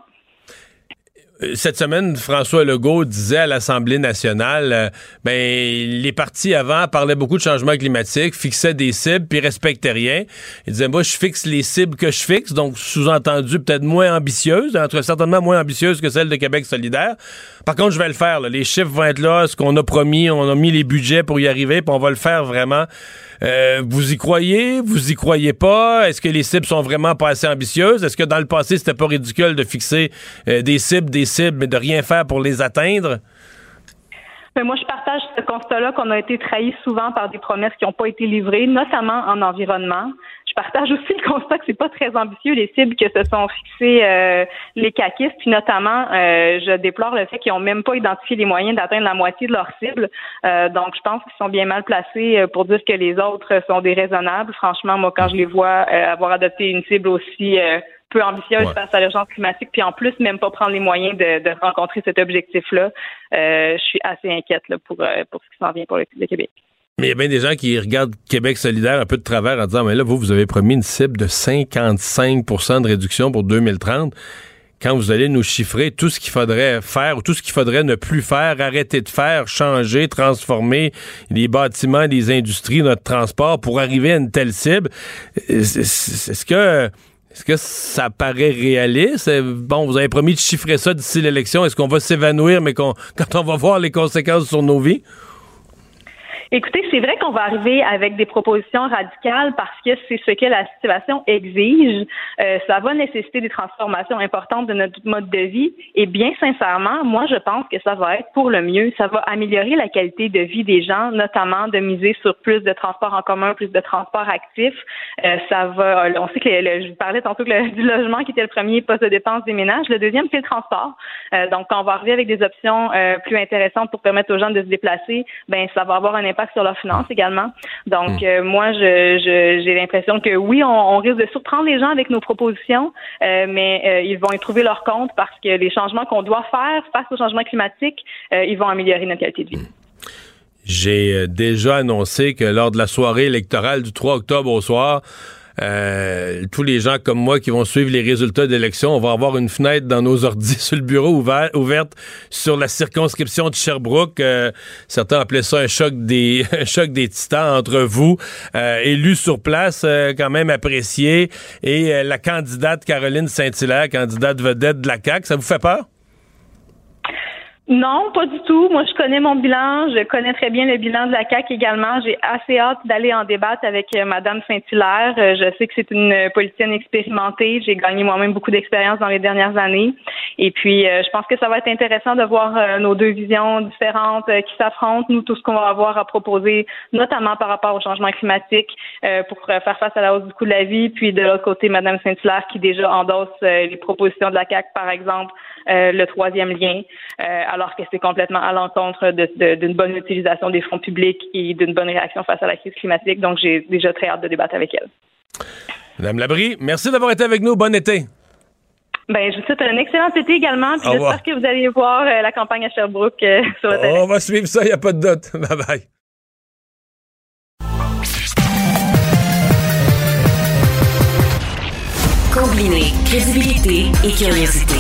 Cette semaine, François Legault disait à l'Assemblée nationale, euh, ben les partis avant parlaient beaucoup de changement climatique, fixaient des cibles, puis respectaient rien. Il disait, moi, je fixe les cibles que je fixe, donc sous-entendu peut-être moins ambitieuses, en tout cas certainement moins ambitieuses que celles de Québec solidaire. Par contre, je vais le faire. Là. Les chiffres vont être là, ce qu'on a promis, on a mis les budgets pour y arriver, puis on va le faire vraiment. Euh, vous y croyez? Vous y croyez pas? Est-ce que les cibles sont vraiment pas assez ambitieuses? Est-ce que dans le passé, c'était pas ridicule de fixer euh, des cibles, des cibles, mais de rien faire pour les atteindre? Mais moi, je partage ce constat-là qu'on a été trahis souvent par des promesses qui n'ont pas été livrées, notamment en environnement. Je partage aussi le constat que c'est pas très ambitieux, les cibles que se sont fixées euh, les caquistes, puis notamment, euh, je déplore le fait qu'ils n'ont même pas identifié les moyens d'atteindre la moitié de leur cible. Euh, donc, je pense qu'ils sont bien mal placés pour dire que les autres sont déraisonnables. Franchement, moi, quand je les vois euh, avoir adopté une cible aussi euh, peu ambitieuse ouais. face à l'urgence climatique, puis en plus, même pas prendre les moyens de, de rencontrer cet objectif-là, euh, je suis assez inquiète là, pour, euh, pour ce qui s'en vient pour le, le Québec. Mais il y a bien des gens qui regardent Québec solidaire un peu de travers en disant, mais là, vous, vous avez promis une cible de cinquante-cinq pour cent de réduction pour deux mille trente. Quand vous allez nous chiffrer tout ce qu'il faudrait faire ou tout ce qu'il faudrait ne plus faire, arrêter de faire, changer, transformer les bâtiments, les industries, notre transport pour arriver à une telle cible, est-ce que... Est-ce que ça paraît réaliste? Bon, vous avez promis de chiffrer ça d'ici l'élection. Est-ce qu'on va s'évanouir, mais qu'on, quand on va voir les conséquences sur nos vies? Écoutez, c'est vrai qu'on va arriver avec des propositions radicales parce que c'est ce que la situation exige. Euh, ça va nécessiter des transformations importantes de notre mode de vie. Et bien sincèrement, moi, je pense que ça va être pour le mieux. Ça va améliorer la qualité de vie des gens, notamment de miser sur plus de transports en commun, plus de transports actifs. Euh, ça va. On sait que le, le, je vous parlais tantôt que le, du logement qui était le premier poste de dépense des ménages. Le deuxième, c'est le transport. Euh, donc, quand on va arriver avec des options euh, plus intéressantes pour permettre aux gens de se déplacer, ben ça va avoir un impact sur leurs finances également. Donc, euh, moi, je, je, j'ai l'impression que oui, on, on risque de surprendre les gens avec nos propositions, euh, mais euh, ils vont y trouver leur compte parce que les changements qu'on doit faire face au changement climatique, euh, ils vont améliorer notre qualité de vie. J'ai déjà annoncé que lors de la soirée électorale du trois octobre au soir, Euh, tous les gens comme moi qui vont suivre les résultats d'élection, on va avoir une fenêtre dans nos ordis sur le bureau ouvert, ouverte sur la circonscription de Sherbrooke. Euh, certains appelaient ça un choc des un choc des titans entre vous, euh, élus sur place, euh, quand même appréciés, et euh, la candidate Caroline Saint-Hilaire, candidate vedette de la C A Q. Ça vous fait peur? Non, pas du tout. Moi, je connais mon bilan. Je connais très bien le bilan de la C A Q également. J'ai assez hâte d'aller en débattre avec euh, Mme Saint-Hilaire. Euh, je sais que c'est une politicienne expérimentée. J'ai gagné moi-même beaucoup d'expérience dans les dernières années. Et puis, euh, je pense que ça va être intéressant de voir euh, nos deux visions différentes euh, qui s'affrontent. Nous, tout ce qu'on va avoir à proposer, notamment par rapport au changement climatique, euh, pour euh, faire face à la hausse du coût de la vie. Puis, de l'autre côté, Mme Saint-Hilaire qui déjà endosse euh, les propositions de la C A Q, par exemple, euh, le troisième lien. Euh, alors que c'est complètement à l'encontre de, de, d'une bonne utilisation des fonds publics et d'une bonne réaction face à la crise climatique. Donc, j'ai déjà très hâte de débattre avec elle. Madame Labrie, merci d'avoir été avec nous. Bon été. Ben, je vous souhaite un excellent été également. Puis j'espère que vous allez voir euh, la campagne à Sherbrooke euh, sur le terrain. On va suivre ça, il n'y a pas de doute. Bye-bye. Combiner crédibilité et curiosité.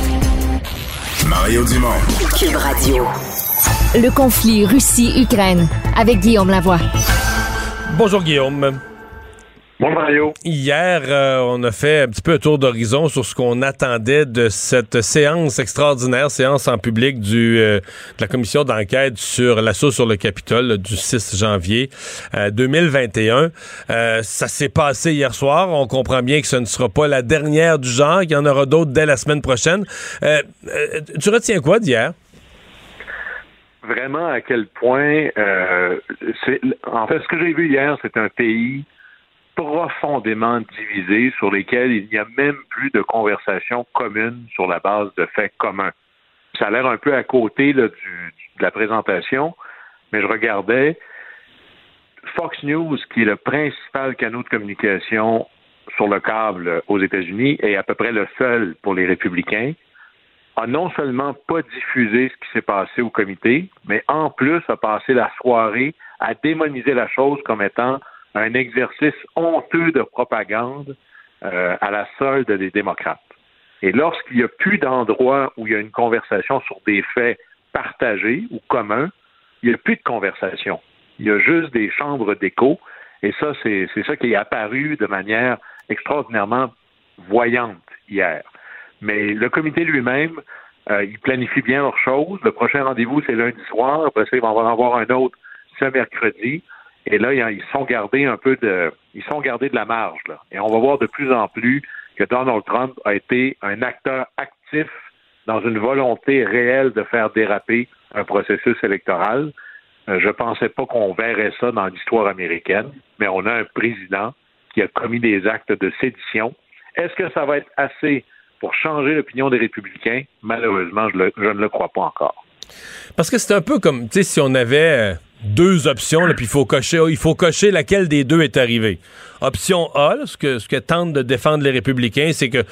Mario Dumont. Cube Radio. Le conflit Russie-Ukraine avec Guillaume Lavoie. Bonjour Guillaume. Bonjour Mario. Hier, euh, on a fait un petit peu un tour d'horizon sur ce qu'on attendait de cette séance extraordinaire, séance en public du, euh, de la commission d'enquête sur l'assaut sur le Capitole là, du six janvier euh, deux mille vingt et un. Euh, ça s'est passé hier soir. On comprend bien que ce ne sera pas la dernière du genre, qu'il y en aura d'autres dès la semaine prochaine. Euh, euh, tu retiens quoi d'hier? Vraiment à quel point... Euh, c'est, en fait, ce que j'ai vu hier, c'est un pays profondément divisés sur lesquels il n'y a même plus de conversation commune sur la base de faits communs. Ça a l'air un peu à côté là, du, de la présentation, mais je regardais Fox News, qui est le principal canal de communication sur le câble aux États-Unis et à peu près le seul pour les républicains, a non seulement pas diffusé ce qui s'est passé au comité, mais en plus a passé la soirée à démoniser la chose comme étant un exercice honteux de propagande euh, à la solde des démocrates. Et lorsqu'il n'y a plus d'endroit où il y a une conversation sur des faits partagés ou communs, il n'y a plus de conversation. Il y a juste des chambres d'écho. Et ça, c'est, c'est ça qui est apparu de manière extraordinairement voyante hier. Mais le comité lui-même, euh, il planifie bien leurs choses. Le prochain rendez-vous, c'est lundi soir. Après ça, il va en avoir un autre ce mercredi. Et là, ils sont gardés un peu de, ils sont gardés de la marge, là. Et on va voir de plus en plus que Donald Trump a été un acteur actif dans une volonté réelle de faire déraper un processus électoral. Euh, je pensais pas qu'on verrait ça dans l'histoire américaine, mais on a un président qui a commis des actes de sédition. Est-ce que ça va être assez pour changer l'opinion des républicains? Malheureusement, je, le, je ne le crois pas encore. Parce que c'est un peu comme, tu sais, si on avait euh, deux options, là, puis il faut cocher, il faut cocher laquelle des deux est arrivée. Option A, là, ce que, ce que tentent de défendre les républicains, c'est que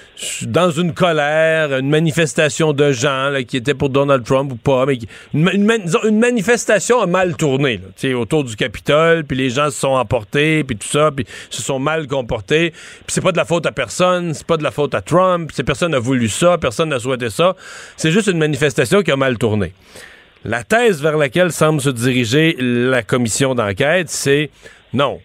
dans une colère, une manifestation de gens là, qui étaient pour Donald Trump ou pas, mais qui, une, une, une manifestation a mal tourné là, autour du Capitole, puis les gens se sont emportés, puis tout ça, puis se sont mal comportés. Puis c'est pas de la faute à personne, c'est pas de la faute à Trump, c'est personne n'a voulu ça, personne n'a souhaité ça. C'est juste une manifestation qui a mal tourné. La thèse vers laquelle semble se diriger la commission d'enquête, c'est non.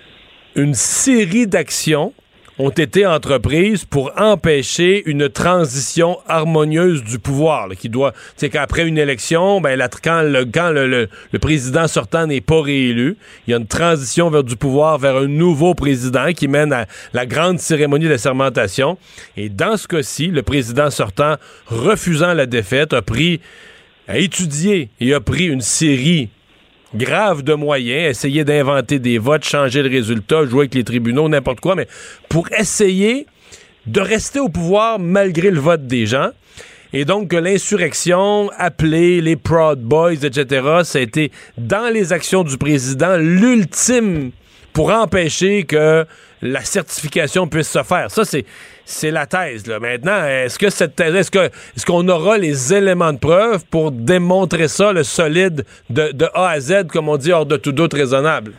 Une série d'actions ont été entreprises pour empêcher une transition harmonieuse du pouvoir, là, qui doit, c'est qu'après une élection, ben, là, quand, le, quand le, le, le président sortant n'est pas réélu, il y a une transition vers du pouvoir, vers un nouveau président qui mène à la grande cérémonie de sermentation. Et dans ce cas-ci, le président sortant, refusant la défaite, a pris, a étudié et a pris une série grave de moyens, essayer d'inventer des votes, changer le résultat, jouer avec les tribunaux, n'importe quoi, mais pour essayer de rester au pouvoir malgré le vote des gens. Et donc que l'insurrection, appelée les Proud Boys, et cetera, ça a été dans les actions du président l'ultime pour empêcher que la certification puisse se faire. Ça, c'est, c'est la thèse, là. Maintenant, est-ce que cette thèse, est-ce que, est-ce qu'on aura les éléments de preuve pour démontrer ça, le solide, de, de A à Z, comme on dit, hors de tout doute raisonnable?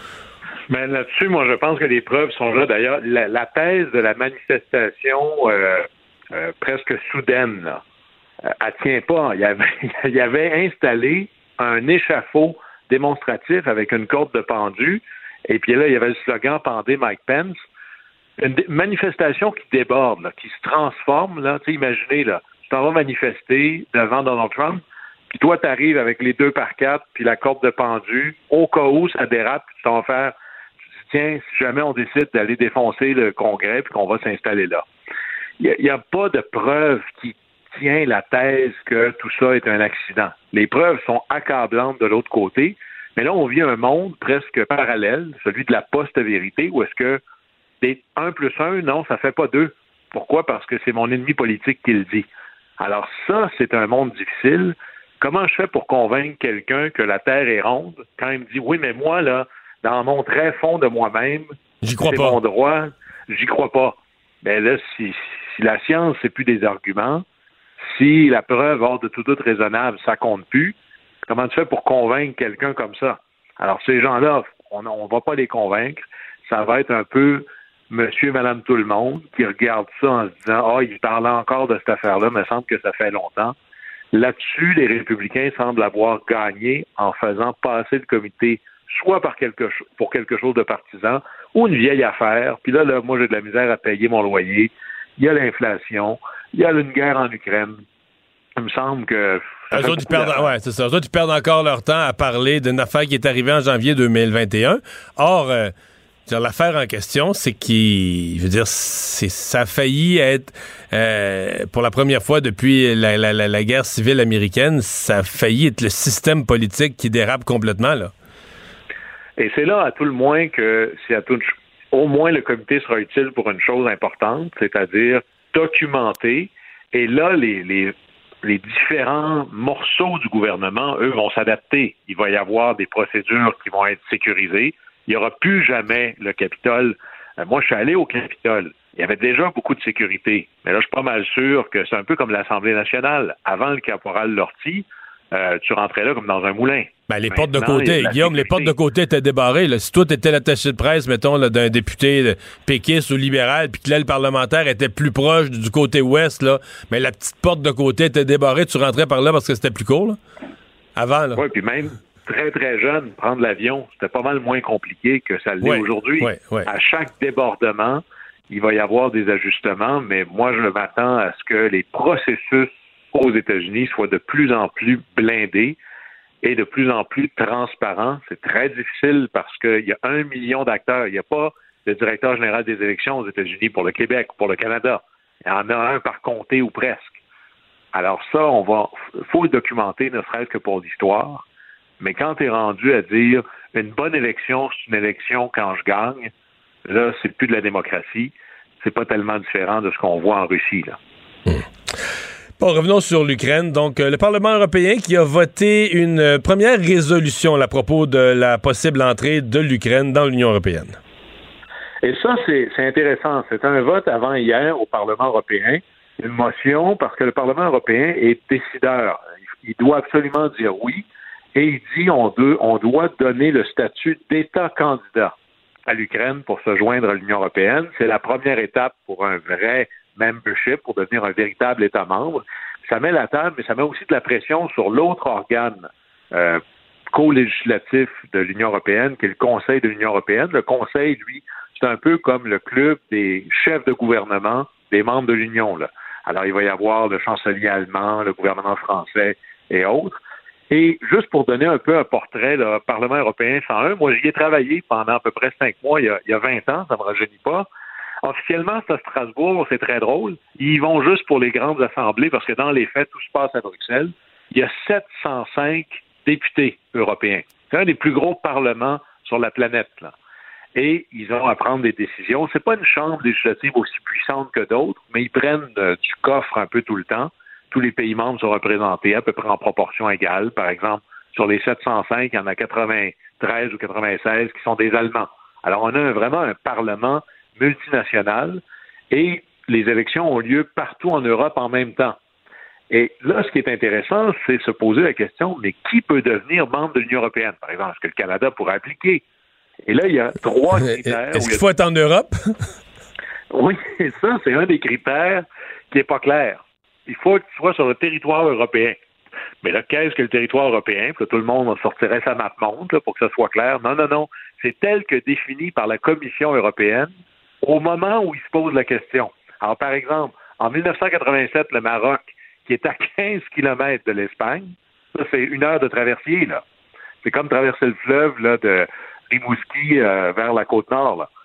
Mais là-dessus, moi, je pense que les preuves sont là. D'ailleurs, la, la thèse de la manifestation euh, euh, presque soudaine, là, euh, elle tient pas. Il y avait, il y avait installé un échafaud démonstratif avec une corde de pendu. Et puis là, il y avait le slogan « Pendez Mike Pence ». Une dé- manifestation qui déborde, là, qui se transforme. Là, tu sais, imaginez, là, tu t'en vas manifester devant Donald Trump, puis toi, tu arrives avec les deux par quatre, puis la corde de pendu, au cas où ça dérape, puis tu t'en vas faire, tu dis, tiens, si jamais on décide d'aller défoncer le Congrès, puis qu'on va s'installer là. Il n'y a, a pas de preuve qui tient la thèse que tout ça est un accident. Les preuves sont accablantes de l'autre côté. Mais là, on vit un monde presque parallèle, celui de la post-vérité, où est-ce que des un plus un, non, ça fait pas deux. Pourquoi? Parce que c'est mon ennemi politique qui le dit. Alors ça, c'est un monde difficile. Comment je fais pour convaincre quelqu'un que la Terre est ronde quand il me dit, oui, mais moi, là, dans mon très fond de moi-même, j'y crois c'est pas. Mon droit, j'y crois pas. Mais là, si, si la science, c'est plus des arguments, si la preuve hors de tout doute raisonnable, ça compte plus, comment tu fais pour convaincre quelqu'un comme ça? Alors, ces gens-là, on ne va pas les convaincre. Ça va être un peu monsieur, madame, tout le monde qui regarde ça en se disant « Ah, il parle encore de cette affaire-là, mais il semble que ça fait longtemps. » Là-dessus, les républicains semblent avoir gagné en faisant passer le comité soit par quelque cho- pour quelque chose de partisan ou une vieille affaire. Puis là, là, moi, j'ai de la misère à payer mon loyer. Il y a l'inflation. Il y a une guerre en Ukraine. Il me semble que... Eux autres, ils perdent, ouais, c'est ça. Eux autres, ils perdent encore leur temps à parler d'une affaire qui est arrivée en janvier deux mille vingt et un. Or, euh, l'affaire en question, c'est qu'il, je veux dire, c'est, ça a failli être, euh, pour la première fois depuis la, la, la, la guerre civile américaine, ça a failli être le système politique qui dérape complètement, là. Et c'est là, à tout le moins, que c'est à tout, au moins le comité sera utile pour une chose importante, c'est-à-dire documenter. Et là, les, les les différents morceaux du gouvernement, eux, vont s'adapter. Il va y avoir des procédures qui vont être sécurisées. Il n'y aura plus jamais le Capitole. Euh, moi, je suis allé au Capitole. Il y avait déjà beaucoup de sécurité. Mais là, je suis pas mal sûr que c'est un peu comme l'Assemblée nationale. Avant le caporal Lortie, euh, tu rentrais là comme dans un moulin. Ben, les portes de côté, Guillaume, les portes de côté étaient débarrées. Là. Si toi, t'étais l'attaché de presse, mettons, là, d'un député là, péquiste ou libéral, puis que l'aile parlementaire était plus proche du côté ouest, là, mais la petite porte de côté était débarrée, tu rentrais par là parce que c'était plus court, là. Avant, là. Oui, puis même très, très jeune, prendre l'avion, c'était pas mal moins compliqué que ça l'est ouais, aujourd'hui. Ouais, ouais. À chaque débordement, il va y avoir des ajustements, mais moi, je m'attends à ce que les processus aux États-Unis soient de plus en plus blindés et de plus en plus transparents. C'est très difficile parce qu'il y a un million d'acteurs. Il n'y a pas de directeur général des élections aux États-Unis pour le Québec ou pour le Canada. Il y en a un par comté ou presque. Alors ça, on va, faut le documenter, ne serait-ce que pour l'histoire. Mais quand tu es rendu à dire une bonne élection, c'est une élection quand je gagne, là, c'est plus de la démocratie. C'est pas tellement différent de ce qu'on voit en Russie, là. Mmh. Bon, revenons sur l'Ukraine. Donc, euh, le Parlement européen qui a voté une euh, première résolution là, à propos de la possible entrée de l'Ukraine dans l'Union européenne. Et ça, c'est, c'est intéressant. C'est un vote avant hier au Parlement européen, une motion, parce que le Parlement européen est décideur. Il doit absolument dire oui, et il dit on, de, on doit donner le statut d'État candidat à l'Ukraine pour se joindre à l'Union européenne. C'est la première étape pour un vrai membership, pour devenir un véritable État membre. Ça met la table, mais ça met aussi de la pression sur l'autre organe euh, co-législatif de l'Union européenne, qui est le Conseil de l'Union européenne. Le Conseil, lui, c'est un peu comme le club des chefs de gouvernement des membres de l'Union, là. Alors, il va y avoir le chancelier allemand, le gouvernement français et autres. Et juste pour donner un peu un portrait, le Parlement européen cent un, moi, j'y ai travaillé pendant à peu près cinq mois, il y a, il y a vingt ans, ça ne me rajeunit pas. Officiellement, c'est à Strasbourg, c'est très drôle. Ils y vont juste pour les grandes assemblées parce que dans les faits, tout se passe à Bruxelles. Il y a sept cent cinq députés européens. C'est un des plus gros parlements sur la planète, là. Et ils ont à prendre des décisions. C'est pas une chambre législative aussi puissante que d'autres, mais ils prennent euh, du coffre un peu tout le temps. Tous les pays membres sont représentés à peu près en proportion égale. Par exemple, sur les sept cent cinq, il y en a quatre-vingt-treize ou quatre-vingt-seize qui sont des Allemands. Alors, on a un, vraiment un parlement multinational et les élections ont lieu partout en Europe en même temps. Et là, ce qui est intéressant, c'est se poser la question, mais qui peut devenir membre de l'Union européenne? Par exemple, est-ce que le Canada pourrait appliquer? Et là, il y a trois critères. Est-ce qu'il faut être en Europe? Oui, ça, c'est un des critères qui n'est pas clair. Il faut que tu sois sur le territoire européen. Mais là, qu'est-ce que le territoire européen? Puis là, tout le monde sortirait sa map monde là, pour que ça soit clair. Non, non, non. C'est tel que défini par la Commission européenne au moment où il se pose la question. Alors, par exemple, en dix-neuf cent quatre-vingt-sept, le Maroc, qui est à quinze kilomètres de l'Espagne, ça, c'est une heure de traversier, là. C'est comme traverser le fleuve, là, de Rimouski euh, vers la Côte-Nord, là.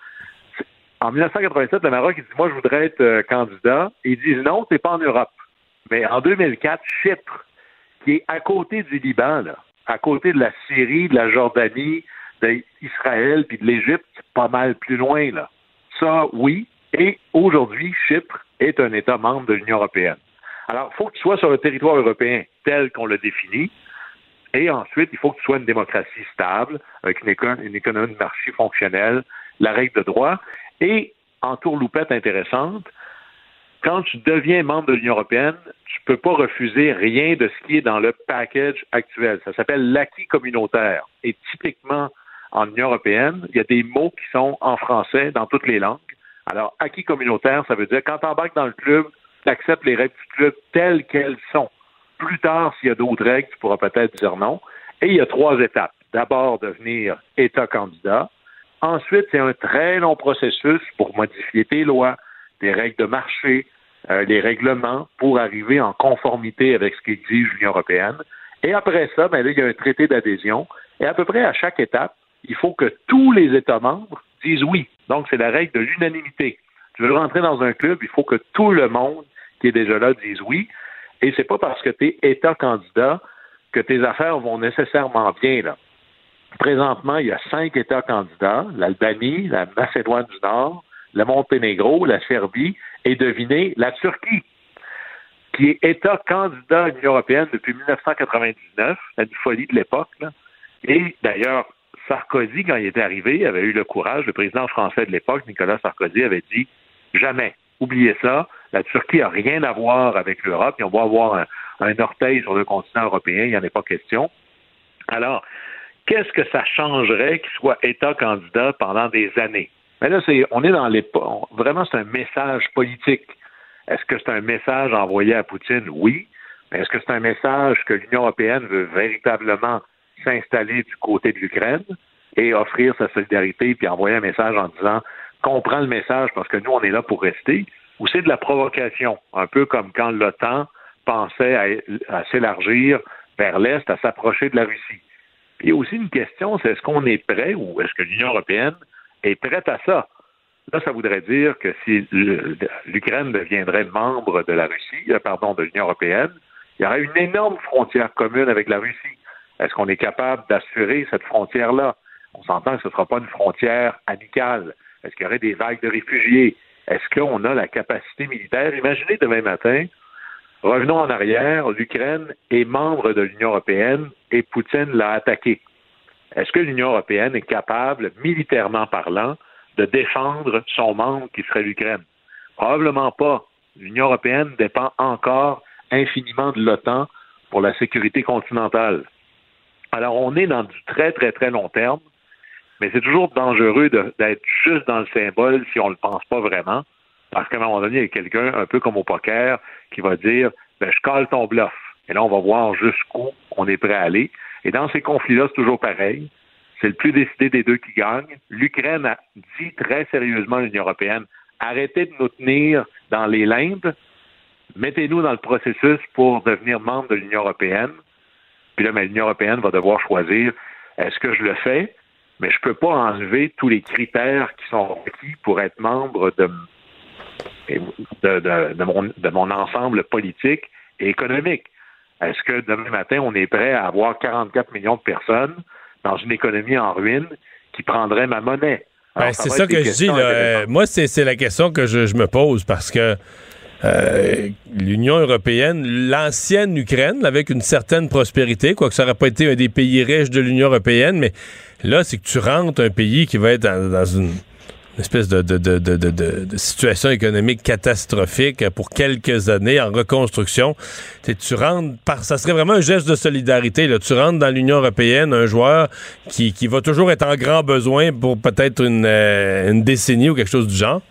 En dix-neuf cent quatre-vingt-sept, le Maroc, il dit, moi, je voudrais être euh, candidat. Et ils disent, non, t'es pas en Europe. Mais en deux mille quatre, Chypre, qui est à côté du Liban, là, à côté de la Syrie, de la Jordanie, d'Israël, puis de l'Égypte, pas mal plus loin, là. Ça, oui. Et aujourd'hui, Chypre est un État membre de l'Union européenne. Alors, il faut que tu sois sur le territoire européen tel qu'on le définit. Et ensuite, il faut que tu sois une démocratie stable, avec une, éco- une économie de marché fonctionnelle, la règle de droit. Et, en tourloupette intéressante, quand tu deviens membre de l'Union européenne, tu ne peux pas refuser rien de ce qui est dans le package actuel. Ça s'appelle l'acquis communautaire. Et typiquement, en Union européenne, il y a des mots qui sont en français dans toutes les langues. Alors, acquis communautaire, ça veut dire quand tu embarques dans le club, tu acceptes les règles du club telles qu'elles sont. Plus tard, s'il y a d'autres règles, tu pourras peut-être dire non. Et il y a trois étapes. D'abord, devenir État candidat. Ensuite, c'est un très long processus pour modifier tes lois, tes règles de marché, euh, les règlements pour arriver en conformité avec ce qu'exige l'Union européenne. Et après ça, ben là, il y a un traité d'adhésion. Et à peu près à chaque étape, il faut que tous les États membres disent oui. Donc, c'est la règle de l'unanimité. Tu veux rentrer dans un club, il faut que tout le monde qui est déjà là dise oui. Et c'est pas parce que tu es État candidat que tes affaires vont nécessairement bien, là. Présentement, il y a cinq États candidats, l'Albanie, la Macédoine du Nord, le Monténégro, la Serbie, et devinez, la Turquie, qui est État candidat à l'Union européenne depuis dix-neuf cent quatre-vingt-dix-neuf. C'est une folie de l'époque, là. Et d'ailleurs, Sarkozy, quand il était arrivé, avait eu le courage, le président français de l'époque, Nicolas Sarkozy, avait dit « Jamais, oubliez ça, la Turquie n'a rien à voir avec l'Europe, ils vont avoir un, un orteil sur le continent européen, il n'y en a pas question. » Alors, qu'est-ce que ça changerait qu'il soit État candidat pendant des années? Mais là, c'est, on est dans l'époque, vraiment, c'est un message politique. Est-ce que c'est un message envoyé à Poutine? Oui. Mais est-ce que c'est un message que l'Union européenne veut véritablement s'installer du côté de l'Ukraine et offrir sa solidarité puis envoyer un message en disant comprends le message parce que nous, on est là pour rester? Ou c'est de la provocation, un peu comme quand l'OTAN pensait à, à s'élargir vers l'Est, à s'approcher de la Russie. Puis il y a aussi une question, c'est est-ce qu'on est prêt ou est-ce que l'Union européenne est prête à ça? Là, ça voudrait dire que si l'Ukraine deviendrait membre de la Russie, pardon, de l'Union européenne, il y aurait une énorme frontière commune avec la Russie. Est-ce qu'on est capable d'assurer cette frontière-là? On s'entend que ce ne sera pas une frontière amicale. Est-ce qu'il y aurait des vagues de réfugiés? Est-ce qu'on a la capacité militaire? Imaginez demain matin, revenons en arrière, l'Ukraine est membre de l'Union européenne et Poutine l'a attaqué. Est-ce que l'Union européenne est capable, militairement parlant, de défendre son membre qui serait l'Ukraine? Probablement pas. L'Union européenne dépend encore infiniment de l'OTAN pour la sécurité continentale. Alors, on est dans du très, très, très long terme, mais c'est toujours dangereux de, d'être juste dans le symbole si on ne le pense pas vraiment, parce qu'à un moment donné, il y a quelqu'un, un peu comme au poker, qui va dire ben, « je cale ton bluff ». Et là, on va voir jusqu'où on est prêt à aller. Et dans ces conflits-là, c'est toujours pareil. C'est le plus décidé des deux qui gagne. L'Ukraine a dit très sérieusement à l'Union européenne « arrêtez de nous tenir dans les limbes, mettez-nous dans le processus pour devenir membre de l'Union européenne ». Puis là, ben, l'Union européenne va devoir choisir est-ce que je le fais, mais je ne peux pas enlever tous les critères qui sont requis pour être membre de, de, de, de, mon, de mon ensemble politique et économique. Est-ce que demain matin, on est prêt à avoir quarante-quatre millions de personnes dans une économie en ruine qui prendraient ma monnaie? Alors, ben, ça c'est ça que je dis. Là, euh, moi, c'est, c'est la question que je, je me pose parce que Euh, l'Union européenne, l'ancienne Ukraine, avec une certaine prospérité, quoique ça n'aurait pas été un des pays riches de l'Union européenne, mais là, c'est que tu rentres un pays qui va être dans, dans une, une espèce de, de, de, de, de, de situation économique catastrophique pour quelques années en reconstruction. T'sais, tu rentres par, ça serait vraiment un geste de solidarité. Là. Tu rentres dans l'Union européenne, un joueur qui, qui va toujours être en grand besoin pour peut-être une, euh, une décennie ou quelque chose du genre.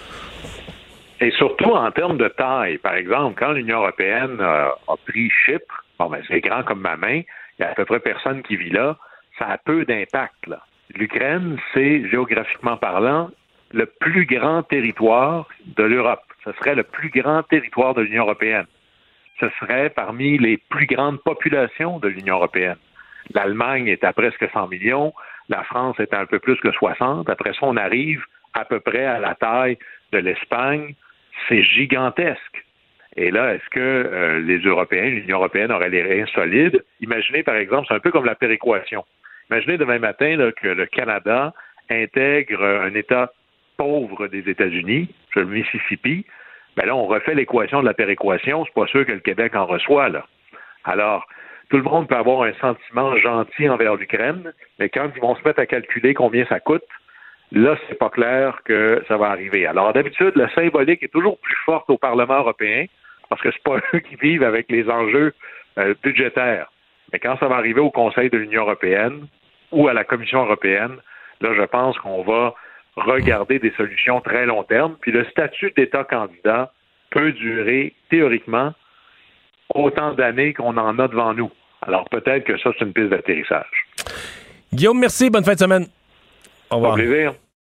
Et surtout en termes de taille. Par exemple, quand l'Union européenne euh, a pris Chypre, bon, ben, c'est grand comme ma main, il y a à peu près personne qui vit là, ça a peu d'impact, là. L'Ukraine, c'est, géographiquement parlant, le plus grand territoire de l'Europe. Ce serait le plus grand territoire de l'Union européenne. Ce serait parmi les plus grandes populations de l'Union européenne. L'Allemagne est à presque cent millions, la France est à un peu plus que soixante. Après ça, on arrive à peu près à la taille de l'Espagne. C'est gigantesque. Et là, est-ce que euh, les Européens, l'Union européenne aurait les reins solides? Imaginez, par exemple, c'est un peu comme la péréquation. Imaginez demain matin là, que le Canada intègre un État pauvre des États-Unis, le Mississippi. Ben là, on refait l'équation de la péréquation. C'est pas sûr que le Québec en reçoit, là. Alors, tout le monde peut avoir un sentiment gentil envers l'Ukraine, mais quand ils vont se mettre à calculer combien ça coûte, là, c'est pas clair que ça va arriver. Alors, d'habitude, la symbolique est toujours plus forte au Parlement européen parce que c'est pas eux qui vivent avec les enjeux euh, budgétaires. Mais quand ça va arriver au Conseil de l'Union européenne ou à la Commission européenne, là, je pense qu'on va regarder des solutions très long terme. Puis le statut d'État candidat peut durer, théoriquement, autant d'années qu'on en a devant nous. Alors, peut-être que ça, c'est une piste d'atterrissage. Guillaume, merci. Bonne fin de semaine. Au revoir. Au plaisir.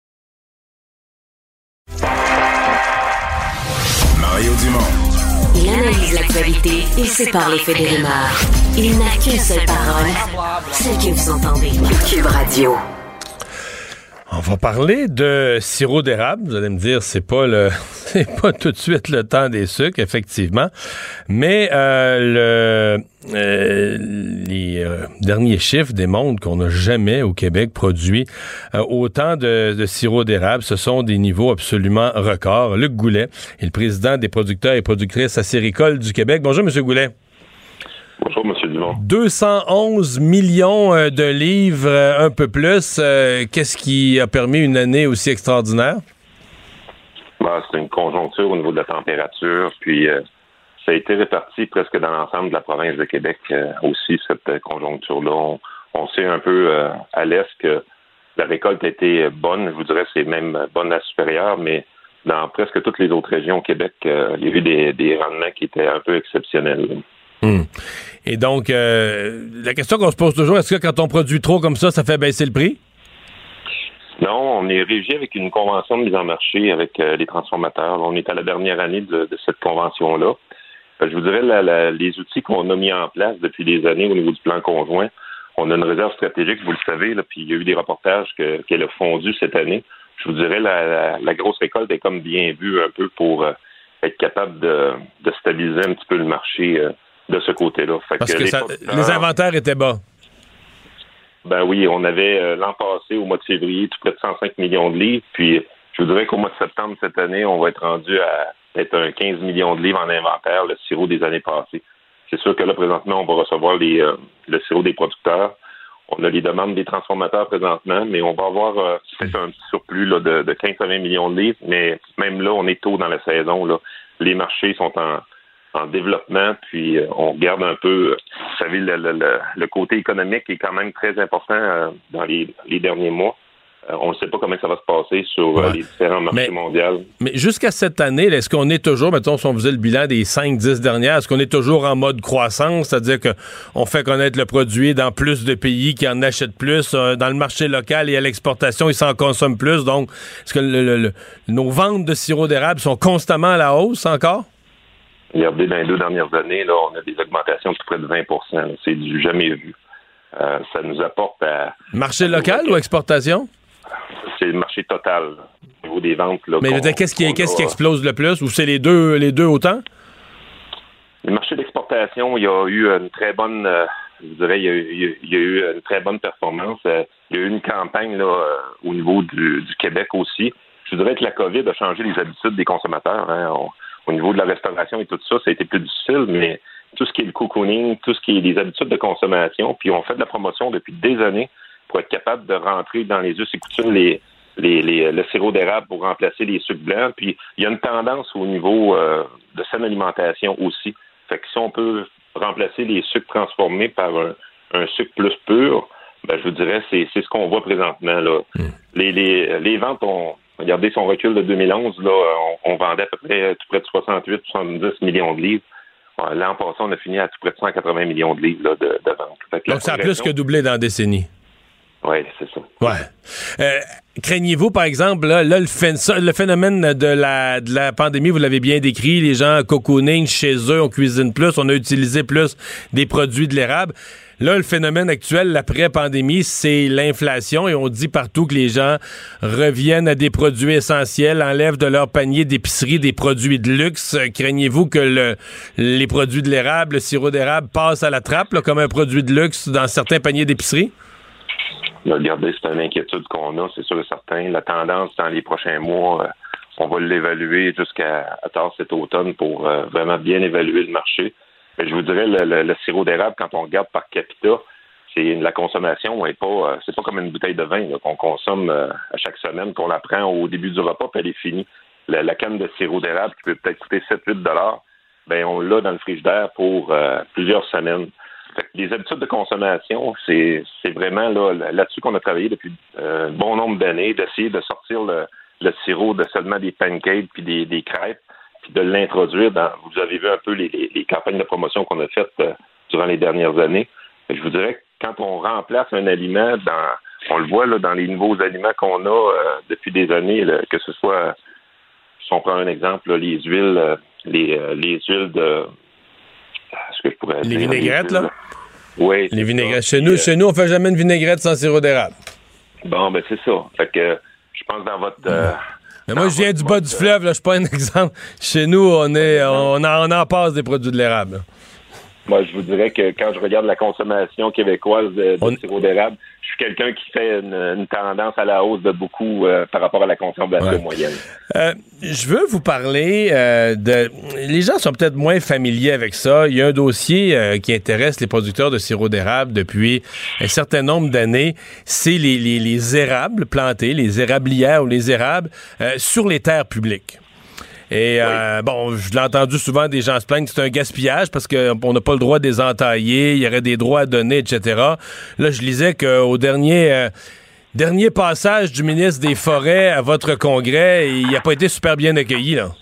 Mario Dumont. Il analyse l'actualité et sépare les faits des rumeurs. Il n'a qu'une seule parole, celle que vous entendez. Cube Radio. On va parler de sirop d'érable. Vous allez me dire, c'est pas le, c'est pas tout de suite le temps des sucres, effectivement. Mais euh, le, euh, les euh, derniers chiffres démontrent qu'on n'a jamais au Québec produit euh, autant de, de sirop d'érable. Ce sont des niveaux absolument records. Luc Goulet est le président des producteurs et productrices acéricoles du Québec. Bonjour, M. Goulet. Bonjour, M. Dumont. deux cent onze millions de livres, un peu plus. Euh, qu'est-ce qui a permis une année aussi extraordinaire? Ben, c'est une conjoncture au niveau de la température, puis euh, ça a été réparti presque dans l'ensemble de la province de Québec euh, aussi, cette euh, conjoncture-là. On, on sait un peu euh, à l'est que la récolte a été bonne, je vous dirais c'est même bonne à supérieure, mais dans presque toutes les autres régions au Québec, euh, il y a eu des, des rendements qui étaient un peu exceptionnels. Hum. Et donc, euh, la question qu'on se pose toujours, est-ce que quand on produit trop comme ça, ça fait baisser le prix? Non, on est régi avec une convention de mise en marché avec euh, les transformateurs. On est à la dernière année de, de cette convention-là. Euh, je vous dirais, la, la, les outils qu'on a mis en place depuis des années au niveau du plan conjoint, on a une réserve stratégique, vous le savez, là, puis il y a eu des reportages que, qu'elle a fondu cette année. je vous dirais, la, la, la grosse récolte est comme bien vue un peu pour euh, être capable de, de stabiliser un petit peu le marché euh, de ce côté-là. Fait Parce que, que ça, les, les inventaires étaient bas. Ben oui, on avait euh, l'an passé, au mois de février, tout près de cent cinq millions de livres. Puis je vous dirais qu'au mois de septembre cette année, on va être rendu à être un quinze millions de livres en inventaire, le sirop des années passées. C'est sûr que là, présentement, on va recevoir les, euh, le sirop des producteurs. On a les demandes des transformateurs présentement, mais on va avoir euh, peut-être un petit surplus là, de, de quinze à vingt millions de livres. Mais même là, on est tôt dans la saison. Là. Les marchés sont en, en développement, puis euh, on regarde un peu, euh, vous savez, le, le, le, le côté économique est quand même très important euh, dans les, les derniers mois. Euh, on ne sait pas comment ça va se passer sur ouais. euh, les différents marchés mais, mondiaux. Mais jusqu'à cette année, là, est-ce qu'on est toujours, mettons, si on faisait le bilan des cinq dix dernières, est-ce qu'on est toujours en mode croissance, c'est-à-dire qu'on fait connaître le produit dans plus de pays qui en achètent plus, euh, dans le marché local et à l'exportation, ils s'en consomment plus, donc est-ce que le, le, le, nos ventes de sirop d'érable sont constamment à la hausse encore? Regardez, dans les deux dernières années, là, on a des augmentations de près de vingt pour cent. Là. C'est du jamais vu. Euh, ça nous apporte à... Marché local ou exportation? C'est le marché total, là, au niveau des ventes. Là, mais qu'est-ce qui, qu'est-ce qui explose le plus? Ou c'est les deux, les deux autant? Le marché d'exportation, il y a eu une très bonne... Euh, je dirais, il y, a, il y a eu une très bonne performance. Euh, il y a eu une campagne là, euh, au niveau du, du Québec aussi. Je dirais que la COVID a changé les habitudes des consommateurs. Hein. On, au niveau de la restauration et tout ça, ça a été plus difficile, mais tout ce qui est le cocooning, tout ce qui est les habitudes de consommation, puis on fait de la promotion depuis des années pour être capable de rentrer dans les us et coutumes les, les, les, le sirop d'érable pour remplacer les sucres blancs. Puis il y a une tendance au niveau euh, de saine alimentation aussi. Fait que si on peut remplacer les sucres transformés par un, un sucre plus pur, ben je vous dirais c'est c'est ce qu'on voit présentement là. Mm. Les, les, les ventes ont regardez son recul de deux mille onze, là, on, on vendait à peu près tout près de soixante-huit à soixante-dix millions de livres. L'an passé, on a fini à tout près de cent quatre-vingts millions de livres là, de, de ventes. Donc, ça a plus que doublé dans la décennie. Oui, c'est ça. Ouais. Euh, craignez-vous, par exemple, là, là le, phé- le phénomène de la, de la pandémie, vous l'avez bien décrit, les gens cocooning chez eux, on cuisine plus, on a utilisé plus des produits de l'érable. Là, le phénomène actuel, l'après-pandémie, c'est l'inflation et on dit partout que les gens reviennent à des produits essentiels, enlèvent de leur panier d'épicerie des produits de luxe. Craignez-vous que le, les produits de l'érable, le sirop d'érable, passent à la trappe là, comme un produit de luxe dans certains paniers d'épicerie? Là, regardez, c'est une inquiétude qu'on a, c'est sûr et certain. La tendance dans les prochains mois, euh, on va l'évaluer jusqu'à à tard cet automne pour euh, vraiment bien évaluer le marché. Mais je vous dirais, le, le, le sirop d'érable, quand on regarde par capita, c'est la consommation est pas, euh, c'est pas comme une bouteille de vin là, qu'on consomme euh, à chaque semaine, qu'on la prend au début du repas, puis elle est finie. La, la canne de sirop d'érable qui peut peut-être coûter sept à huit dollars, ben on l'a dans le frigidaire pour euh, plusieurs semaines. Fait que les habitudes de consommation, c'est, c'est vraiment là, là-dessus qu'on a travaillé depuis euh, un bon nombre d'années, d'essayer de sortir le, le sirop de seulement des pancakes puis des, des crêpes, puis de l'introduire dans... Vous avez vu un peu les, les, les campagnes de promotion qu'on a faites euh, durant les dernières années. Et je vous dirais que quand on remplace un aliment, dans, on le voit là, dans les nouveaux aliments qu'on a euh, depuis des années, là, que ce soit, si on prend un exemple, là, les huiles, euh, les, euh, les huiles de... Est-ce que je pourrais les dire, vinaigrettes, les huiles, là? Oui. Les vinaigrettes. Chez nous, euh... chez nous, on fait jamais une vinaigrette sans sirop d'érable. Bon, ben c'est ça. Fait que je pense dans votre... Euh, Mais moi, je viens du bas du fleuve, là, je suis pas un exemple. Chez nous, on est, on en, on en passe des produits de l'érable. Là. Moi, je vous dirais que quand je regarde la consommation québécoise de, de on... sirop d'érable, je suis quelqu'un qui fait une, une tendance à la hausse de beaucoup euh, par rapport à la consommation ouais. moyenne. Euh, je veux vous parler euh, de... Les gens sont peut-être moins familiers avec ça. Il y a un dossier euh, qui intéresse les producteurs de sirop d'érable depuis un certain nombre d'années. C'est les, les, les érables plantés, les érablières ou les érables euh, sur les terres publiques. Et euh, oui. bon, je l'ai entendu souvent, des gens se plaignent que c'est un gaspillage parce qu'on n'a pas le droit de les entailler, il y aurait des droits à donner, et cetera. Là, je lisais qu'au dernier, euh, dernier passage du ministre des Forêts à votre congrès, il n'a pas été super bien accueilli, là.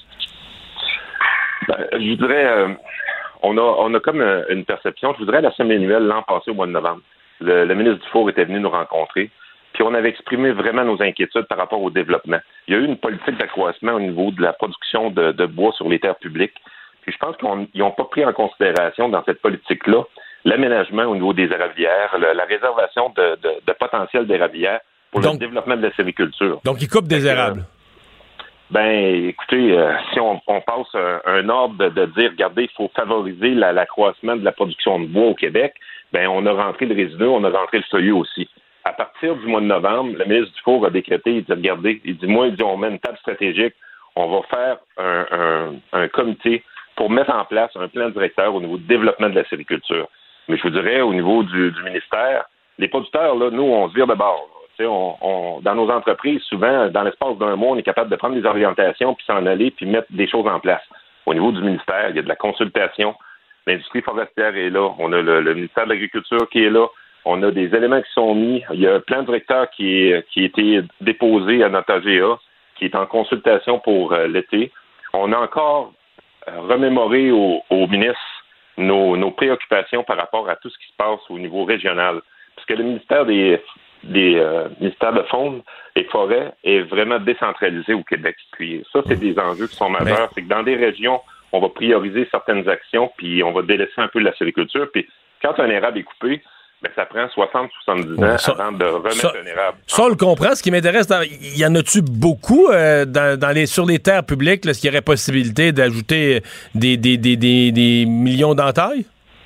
Ben, je dirais, euh, on, a, on a comme une perception, je voudrais à la semaine annuelle l'an passé au mois de novembre. Le, le ministre Dufour était venu nous rencontrer. Puis on avait exprimé vraiment nos inquiétudes par rapport au développement. Il y a eu une politique d'accroissement au niveau de la production de, de bois sur les terres publiques. Puis je pense qu'ils n'ont pas pris en considération dans cette politique-là l'aménagement au niveau des érablières, le, la réservation de, de, de potentiel d'érablières pour donc, le développement de la sériculture. Donc, ils coupent des érables. Euh, ben, écoutez, euh, si on, on passe un, un ordre de, de dire, regardez, il faut favoriser la, l'accroissement de la production de bois au Québec, ben, on a rentré le résineux, on a rentré le feuillus aussi. À partir du mois de novembre, le ministre Dufour a décrété, il dit, regardez, il dit, moi, il dit, on met une table stratégique, on va faire un, un, un comité pour mettre en place un plan directeur au niveau du développement de la sériculture. Mais je vous dirais, au niveau du, du ministère, les producteurs, là, nous, on se vire de bord. On, on, dans nos entreprises, souvent, dans l'espace d'un mois, on est capable de prendre des orientations, puis s'en aller, puis mettre des choses en place. Au niveau du ministère, il y a de la consultation. L'industrie forestière est là. On a le, le ministère de l'Agriculture qui est là. On a des éléments qui sont mis. Il y a un plan directeur qui, est, qui a été déposé à notre A G A, qui est en consultation pour euh, l'été. On a encore euh, remémoré au, au ministre nos, nos préoccupations par rapport à tout ce qui se passe au niveau régional. Parce que le ministère des, des euh, ministères de faune et forêt est vraiment décentralisé au Québec. Puis ça, c'est des enjeux qui sont majeurs. C'est que dans des régions, on va prioriser certaines actions, puis on va délaisser un peu la sériculture. Puis quand un érable est coupé, ben, ça prend soixante à soixante-dix ans ouais, ça, avant de remettre ça, un érable. Ça, on le comprend. Ce qui m'intéresse, il y en a-tu beaucoup euh, dans, dans les, sur les terres publiques, est-ce qu'il y aurait possibilité d'ajouter des, des, des, des, des millions d'entailles?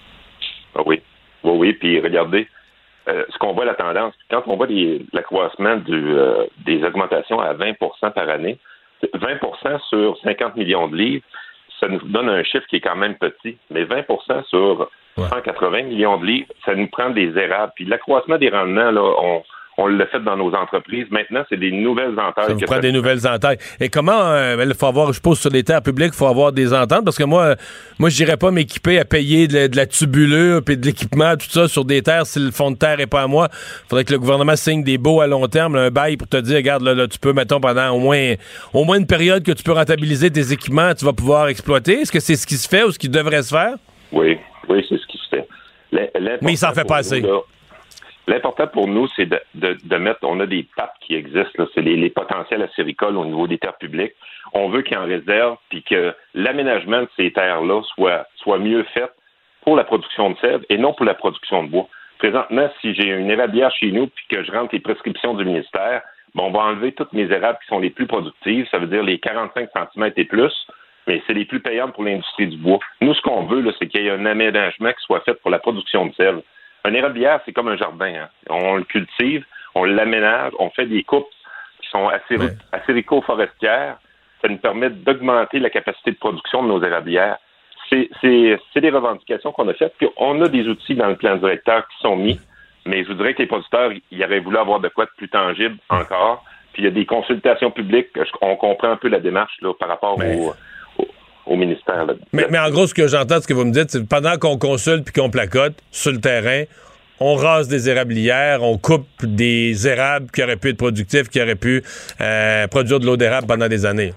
Ah oui. Oui, oui. Puis regardez, euh, ce qu'on voit la tendance, quand on voit les, l'accroissement du, euh, des augmentations à vingt pour cent par année, vingt pour cent sur cinquante millions de livres, ça nous donne un chiffre qui est quand même petit, mais vingt pour cent sur cent quatre-vingts millions de livres, ça nous prend des érables. Puis l'accroissement des rendements, là, on, on l'a fait dans nos entreprises. Maintenant, c'est des nouvelles entailles. Ça vous prend des nouvelles entailles. Et comment, euh, il faut avoir, je suppose, sur les terres publiques, il faut avoir des ententes, parce que moi, moi, je n'irais pas m'équiper à payer de la, de la tubulure puis de l'équipement, tout ça, sur des terres si le fond de terre n'est pas à moi. Il faudrait que le gouvernement signe des baux à long terme, là, un bail pour te dire, regarde, là, là, tu peux, mettons, pendant au moins, au moins une période que tu peux rentabiliser tes équipements, tu vas pouvoir exploiter. Est-ce que c'est ce qui se fait ou ce qui devrait se faire? Oui, oui, c'est ce qui se fait. Mais il s'en fait pas assez. Là, l'important pour nous, c'est de, de, de mettre, on a des P A P qui existent, là, c'est les, les potentiels acéricoles au niveau des terres publiques. On veut qu'ils en réservent, puis que l'aménagement de ces terres-là soit, soit mieux fait pour la production de sève et non pour la production de bois. Présentement, si j'ai une érablière chez nous, puis que je rentre les prescriptions du ministère, bon, on va enlever toutes mes érables qui sont les plus productives, ça veut dire les quarante-cinq centimètres et plus, mais c'est les plus payantes pour l'industrie du bois. Nous, ce qu'on veut, là, c'est qu'il y ait un aménagement qui soit fait pour la production de sève. Un érablière, c'est comme un jardin. Hein. On le cultive, on l'aménage, on fait des coupes qui sont assez, ouais. acérico-forestières. Ça nous permet d'augmenter la capacité de production de nos érablières. C'est, c'est, c'est des revendications qu'on a faites. Puis on a des outils dans le plan directeur qui sont mis, mais je vous dirais que les producteurs, ils auraient voulu avoir de quoi de plus tangible encore. Puis il y a des consultations publiques. On comprend un peu la démarche là, par rapport ouais. au... au ministère. Là. Mais, mais en gros, ce que j'entends, ce que vous me dites, c'est que pendant qu'on consulte puis qu'on placote sur le terrain, on rase des érablières, on coupe des érables qui auraient pu être productifs, qui auraient pu euh, produire de l'eau d'érable pendant des années.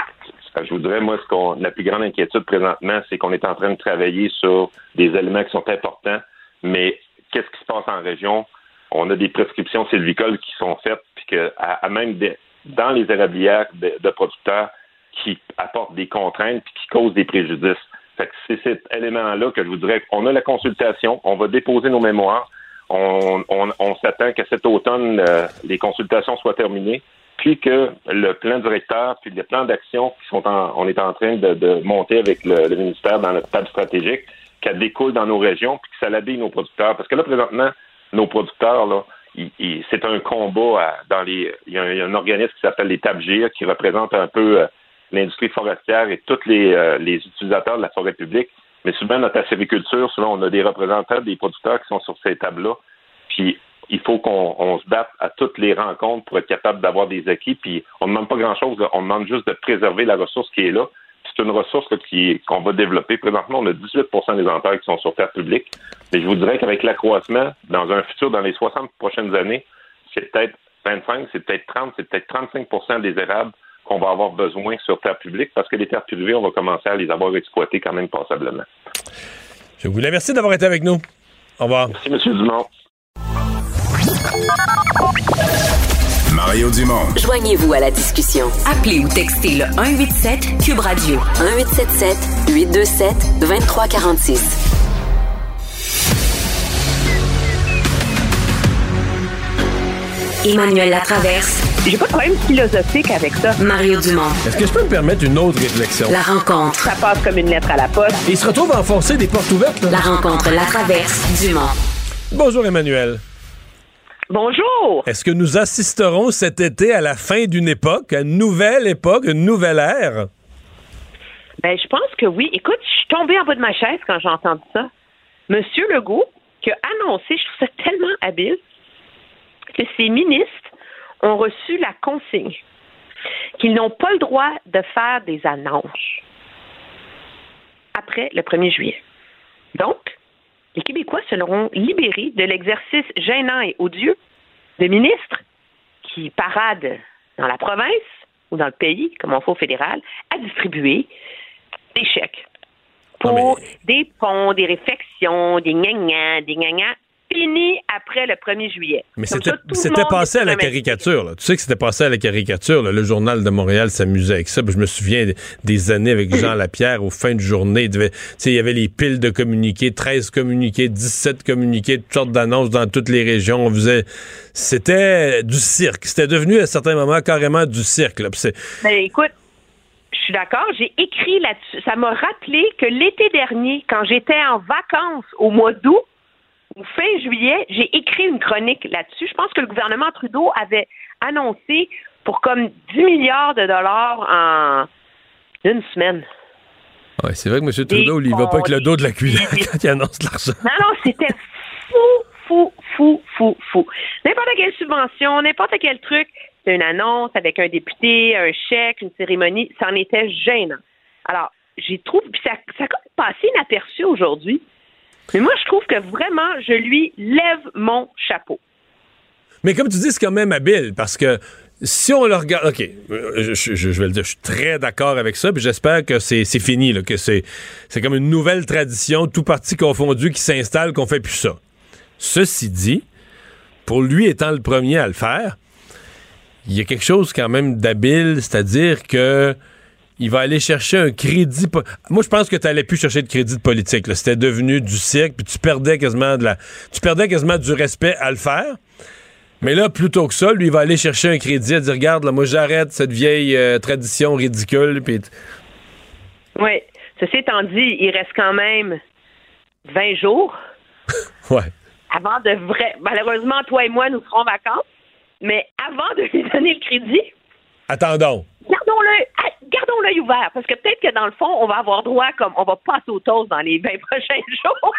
Je vous dirais, moi, ce qu'on, la plus grande inquiétude présentement, c'est qu'on est en train de travailler sur des éléments qui sont importants, mais qu'est-ce qui se passe en région? On a des prescriptions sylvicoles qui sont faites, puis que à, à même des, dans les érablières de, de producteurs, qui apportent des contraintes et qui causent des préjudices. Fait que c'est cet élément-là que je vous dirais qu'on a la consultation, on va déposer nos mémoires, on, on, on s'attend que cet automne, euh, les consultations soient terminées, puis que le plan directeur, puis les plans d'action qui sont en, on est en train de, de monter avec le, le ministère dans notre table stratégique, qu'elle découle dans nos régions, puis que ça l'habille nos producteurs. Parce que là, présentement, nos producteurs, là, il, il, c'est un combat à, dans les. Il y, a un, il y a un organisme qui s'appelle les T A B G I A qui représente un peu euh, l'industrie forestière et tous les, euh, les utilisateurs de la forêt publique. Mais souvent, notre acériculture, souvent, on a des représentants des producteurs qui sont sur ces tables-là. Puis, il faut qu'on on se batte à toutes les rencontres pour être capable d'avoir des acquis. Puis, on ne demande pas grand-chose. Là. On demande juste de préserver la ressource qui est là. Puis c'est une ressource là, qui, qu'on va développer. Présentement, on a dix-huit pour cent des entailles qui sont sur terre publique. Mais je vous dirais qu'avec l'accroissement, dans un futur, dans les soixante prochaines années, c'est peut-être vingt-cinq, c'est peut-être trente, c'est peut-être trente-cinq pour cent des érables qu'on va avoir besoin sur terre publique, parce que les terres privées, on va commencer à les avoir exploitées quand même passablement. Je vous remercie d'avoir été avec nous. Au revoir. Merci, M. Dumont. Mario Dumont. Joignez-vous à la discussion. Appelez ou textez le un huit sept Cube Radio. un huit sept sept huit deux sept deux trois quatre six. Emmanuel Latraverse. J'ai pas de problème philosophique avec ça. Mario Dumont. Est-ce que je peux me permettre une autre réflexion? La rencontre. Ça passe comme une lettre à la poste. Et il se retrouve à enfoncer des portes ouvertes. Là. La rencontre Latraverse Dumont. Bonjour Emmanuel. Bonjour. Est-ce que nous assisterons cet été à la fin d'une époque, à une nouvelle époque, une nouvelle ère? Ben, je pense que oui. Écoute, je suis tombée en bas de ma chaise quand j'ai entendu ça. Monsieur Legault, qui a annoncé, je trouve ça tellement habile, que ses ministres ont reçu la consigne qu'ils n'ont pas le droit de faire des annonces après le premier juillet. Donc, les Québécois seront libérés de l'exercice gênant et odieux de ministres qui paradent dans la province ou dans le pays, comme on fait au fédéral, à distribuer des chèques pour mais... des ponts, des réflexions, des gna-gna, des gna-gna, fini après le premier juillet. Mais comme c'était, ça, c'était passé à la caricature. Là. Tu sais que c'était passé à la caricature. Là. Le Journal de Montréal s'amusait avec ça. Puis je me souviens des années avec Jean Lapierre, aux fins de journée. Il, devait, il y avait les piles de communiqués, treize communiqués, dix-sept communiqués, toutes sortes d'annonces dans toutes les régions. On faisait... C'était du cirque. C'était devenu à certains moments carrément du cirque. Là. Puis c'est... Ben, écoute, je suis d'accord. J'ai écrit là-dessus. Ça m'a rappelé que l'été dernier, quand j'étais en vacances au mois d'août, ou fin juillet, j'ai écrit une chronique là-dessus. Je pense que le gouvernement Trudeau avait annoncé pour comme dix milliards de dollars en une semaine. Oui, c'est vrai que M. Trudeau, il ne va pas avec le dos de la cuillère quand il annonce l'argent. Non, non, c'était fou, fou, fou, fou, fou. N'importe quelle subvention, n'importe quel truc, c'est une annonce avec un député, un chèque, une cérémonie, ça en était gênant. Alors, j'ai trouvé, puis ça, ça a comme passé inaperçu aujourd'hui. Mais moi, je trouve que vraiment, je lui lève mon chapeau. Mais comme tu dis, c'est quand même habile, parce que si on le regarde... OK, je, je, je vais le dire, je suis très d'accord avec ça, puis j'espère que c'est, c'est fini, là, que c'est, c'est comme une nouvelle tradition, tout parti confondu, qui s'installe, qu'on fait plus ça. Ceci dit, pour lui étant le premier à le faire, il y a quelque chose quand même d'habile, c'est-à-dire que il va aller chercher un crédit... Po- Moi, je pense que tu n'allais plus chercher de crédit de politique. Là. C'était devenu du cirque, puis tu perdais quasiment de la... Tu perdais quasiment du respect à le faire. Mais là, plutôt que ça, lui, il va aller chercher un crédit à dire, regarde, là, moi, j'arrête cette vieille euh, tradition ridicule. Puis... Oui. Ceci étant dit, il reste quand même vingt jours. Ouais. Avant de vrai... Malheureusement, toi et moi, nous serons en vacances. Mais avant de lui donner le crédit... Attendons. Gardons-le, gardons l'œil ouvert, parce que peut-être que dans le fond, on va avoir droit, comme on va passer au toast dans les vingt prochains jours,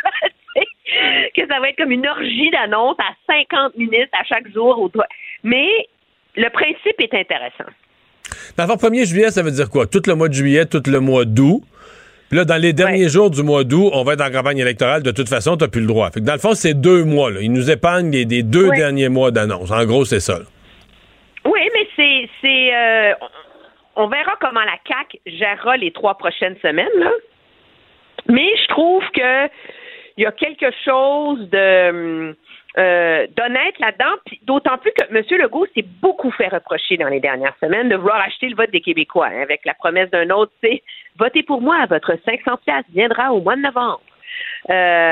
que ça va être comme une orgie d'annonces à cinquante ministres à chaque jour. Au toit. Mais le principe est intéressant. Dans le premier juillet, ça veut dire quoi? Tout le mois de juillet, tout le mois d'août. Puis là, dans les derniers ouais. jours du mois d'août, on va être en campagne électorale. De toute façon, tu n'as plus le droit. Fait que dans le fond, c'est deux mois. Là. Ils nous épargnent des, des deux ouais. derniers mois d'annonces. En gros, c'est ça. Là. Oui, mais c'est... c'est euh, on verra comment la C A Q gérera les trois prochaines semaines, là. Mais je trouve que il y a quelque chose de euh, d'honnête là-dedans, puis d'autant plus que M. Legault s'est beaucoup fait reprocher dans les dernières semaines de vouloir acheter le vote des Québécois, hein, avec la promesse d'un autre, c'est « Votez pour moi, votre cinq cents dollars viendra au mois de novembre euh, ».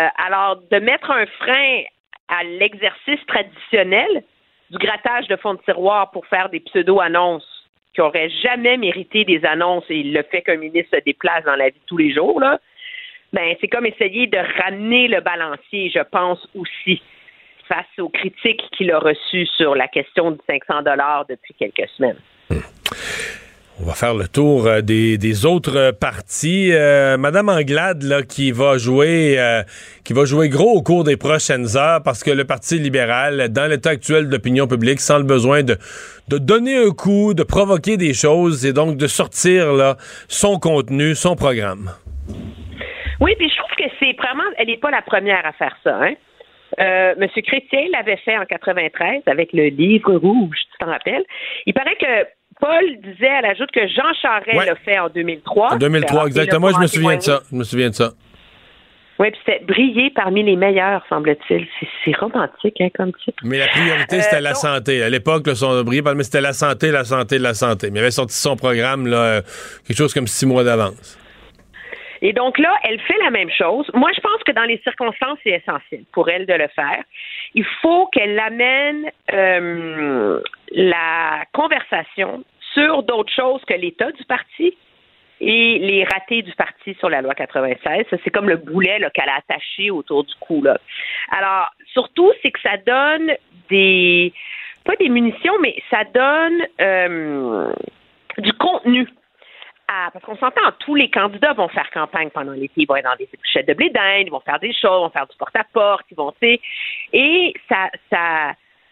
Alors, de mettre un frein à l'exercice traditionnel du grattage de fonds de tiroir pour faire des pseudo-annonces qui n'aurait jamais mérité des annonces, et le fait qu'un ministre se déplace dans la vie de tous les jours, là, ben, c'est comme essayer de ramener le balancier, je pense, aussi, face aux critiques qu'il a reçues sur la question de cinq cents dollars depuis quelques semaines. Hum. On va faire le tour euh, des, des autres euh, partis. Euh, Madame Anglade, là, qui va jouer euh, qui va jouer gros au cours des prochaines heures parce que le Parti libéral, dans l'état actuel de l'opinion publique, sent le besoin de, de donner un coup, de provoquer des choses et donc de sortir là, son contenu, son programme. Oui, puis je trouve que c'est vraiment... Elle n'est pas la première à faire ça, hein? Euh, M. Chrétien l'avait fait en quatre-vingt-treize avec le livre rouge, tu t'en rappelles? Il paraît que Paul disait à l'ajout que Jean Charest ouais. l'a fait en deux mille trois. En deux mille trois, exactement. Je me souviens de ça. Je me souviens de ça. Oui, puis c'était briller parmi les meilleurs, semble-t-il. C'est, c'est romantique, hein, comme titre. Mais la priorité, c'était euh, la non. santé. À l'époque, là, son briller, mais c'était la santé, la santé, la santé. Mais il avait sorti son programme, là, quelque chose comme six mois d'avance. Et donc là, elle fait la même chose. Moi, je pense que dans les circonstances, c'est essentiel pour elle de le faire. Il faut qu'elle amène euh, la conversation sur d'autres choses que l'état du parti et les ratés du parti sur la loi quatre-vingt-seize. Ça, c'est comme le boulet là, qu'elle a attaché autour du cou. Là. Alors, surtout, c'est que ça donne des... pas des munitions, mais ça donne euh, du contenu. À, parce qu'on s'entend, tous les candidats vont faire campagne pendant l'été. Ils vont être dans des épluchettes de blé d'Inde, ils vont faire des choses, ils vont faire du porte-à-porte, ils vont, tu sais, et ça, ça,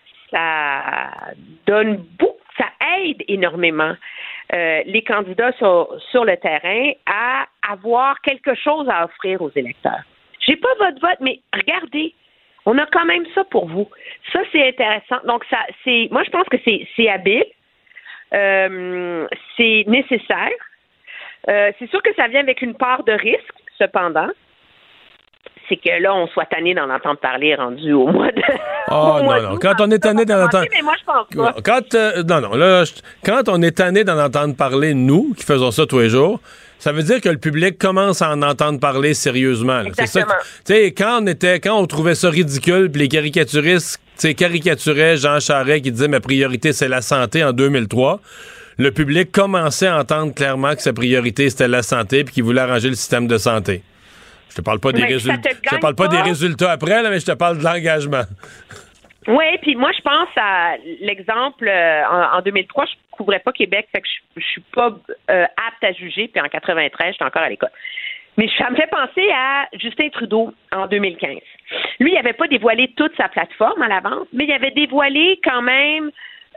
ça donne beaucoup, ça aide énormément euh, les candidats sur, sur le terrain à avoir quelque chose à offrir aux électeurs. J'ai pas votre vote, mais regardez, on a quand même ça pour vous. Ça, c'est intéressant. Donc, ça, c'est, moi, je pense que c'est, c'est habile, euh, c'est nécessaire. Euh, c'est sûr que ça vient avec une part de risque, cependant. C'est que là, on soit tanné d'en entendre parler rendu au mois de. Oh non, non. Quand on est tanné d'en entendre. Mais moi, je pense pas. Quand, euh, non, non. Là, je... quand on est tanné d'en entendre parler, nous, qui faisons ça tous les jours, ça veut dire que le public commence à en entendre parler sérieusement. Là. C'est ça. Tu sais, quand on était, quand on trouvait ça ridicule, puis les caricaturistes, tu sais, caricaturaient Jean Charest qui disait ma priorité c'est la santé en deux mille trois. Le public commençait à entendre clairement que sa priorité, c'était la santé puis qu'il voulait arranger le système de santé. Je te parle pas des résultats. Je te parle pas, pas des résultats après, là, mais je te parle de l'engagement. Oui, puis moi, je pense à l'exemple, euh, en, en deux mille trois, je couvrais pas Québec, fait que je, je suis pas euh, apte à juger, puis en quatre-vingt-treize, j'étais encore à l'école. Mais ça me fait penser à Justin Trudeau en deux mille quinze. Lui, il avait pas dévoilé toute sa plateforme à l'avance, mais il avait dévoilé quand même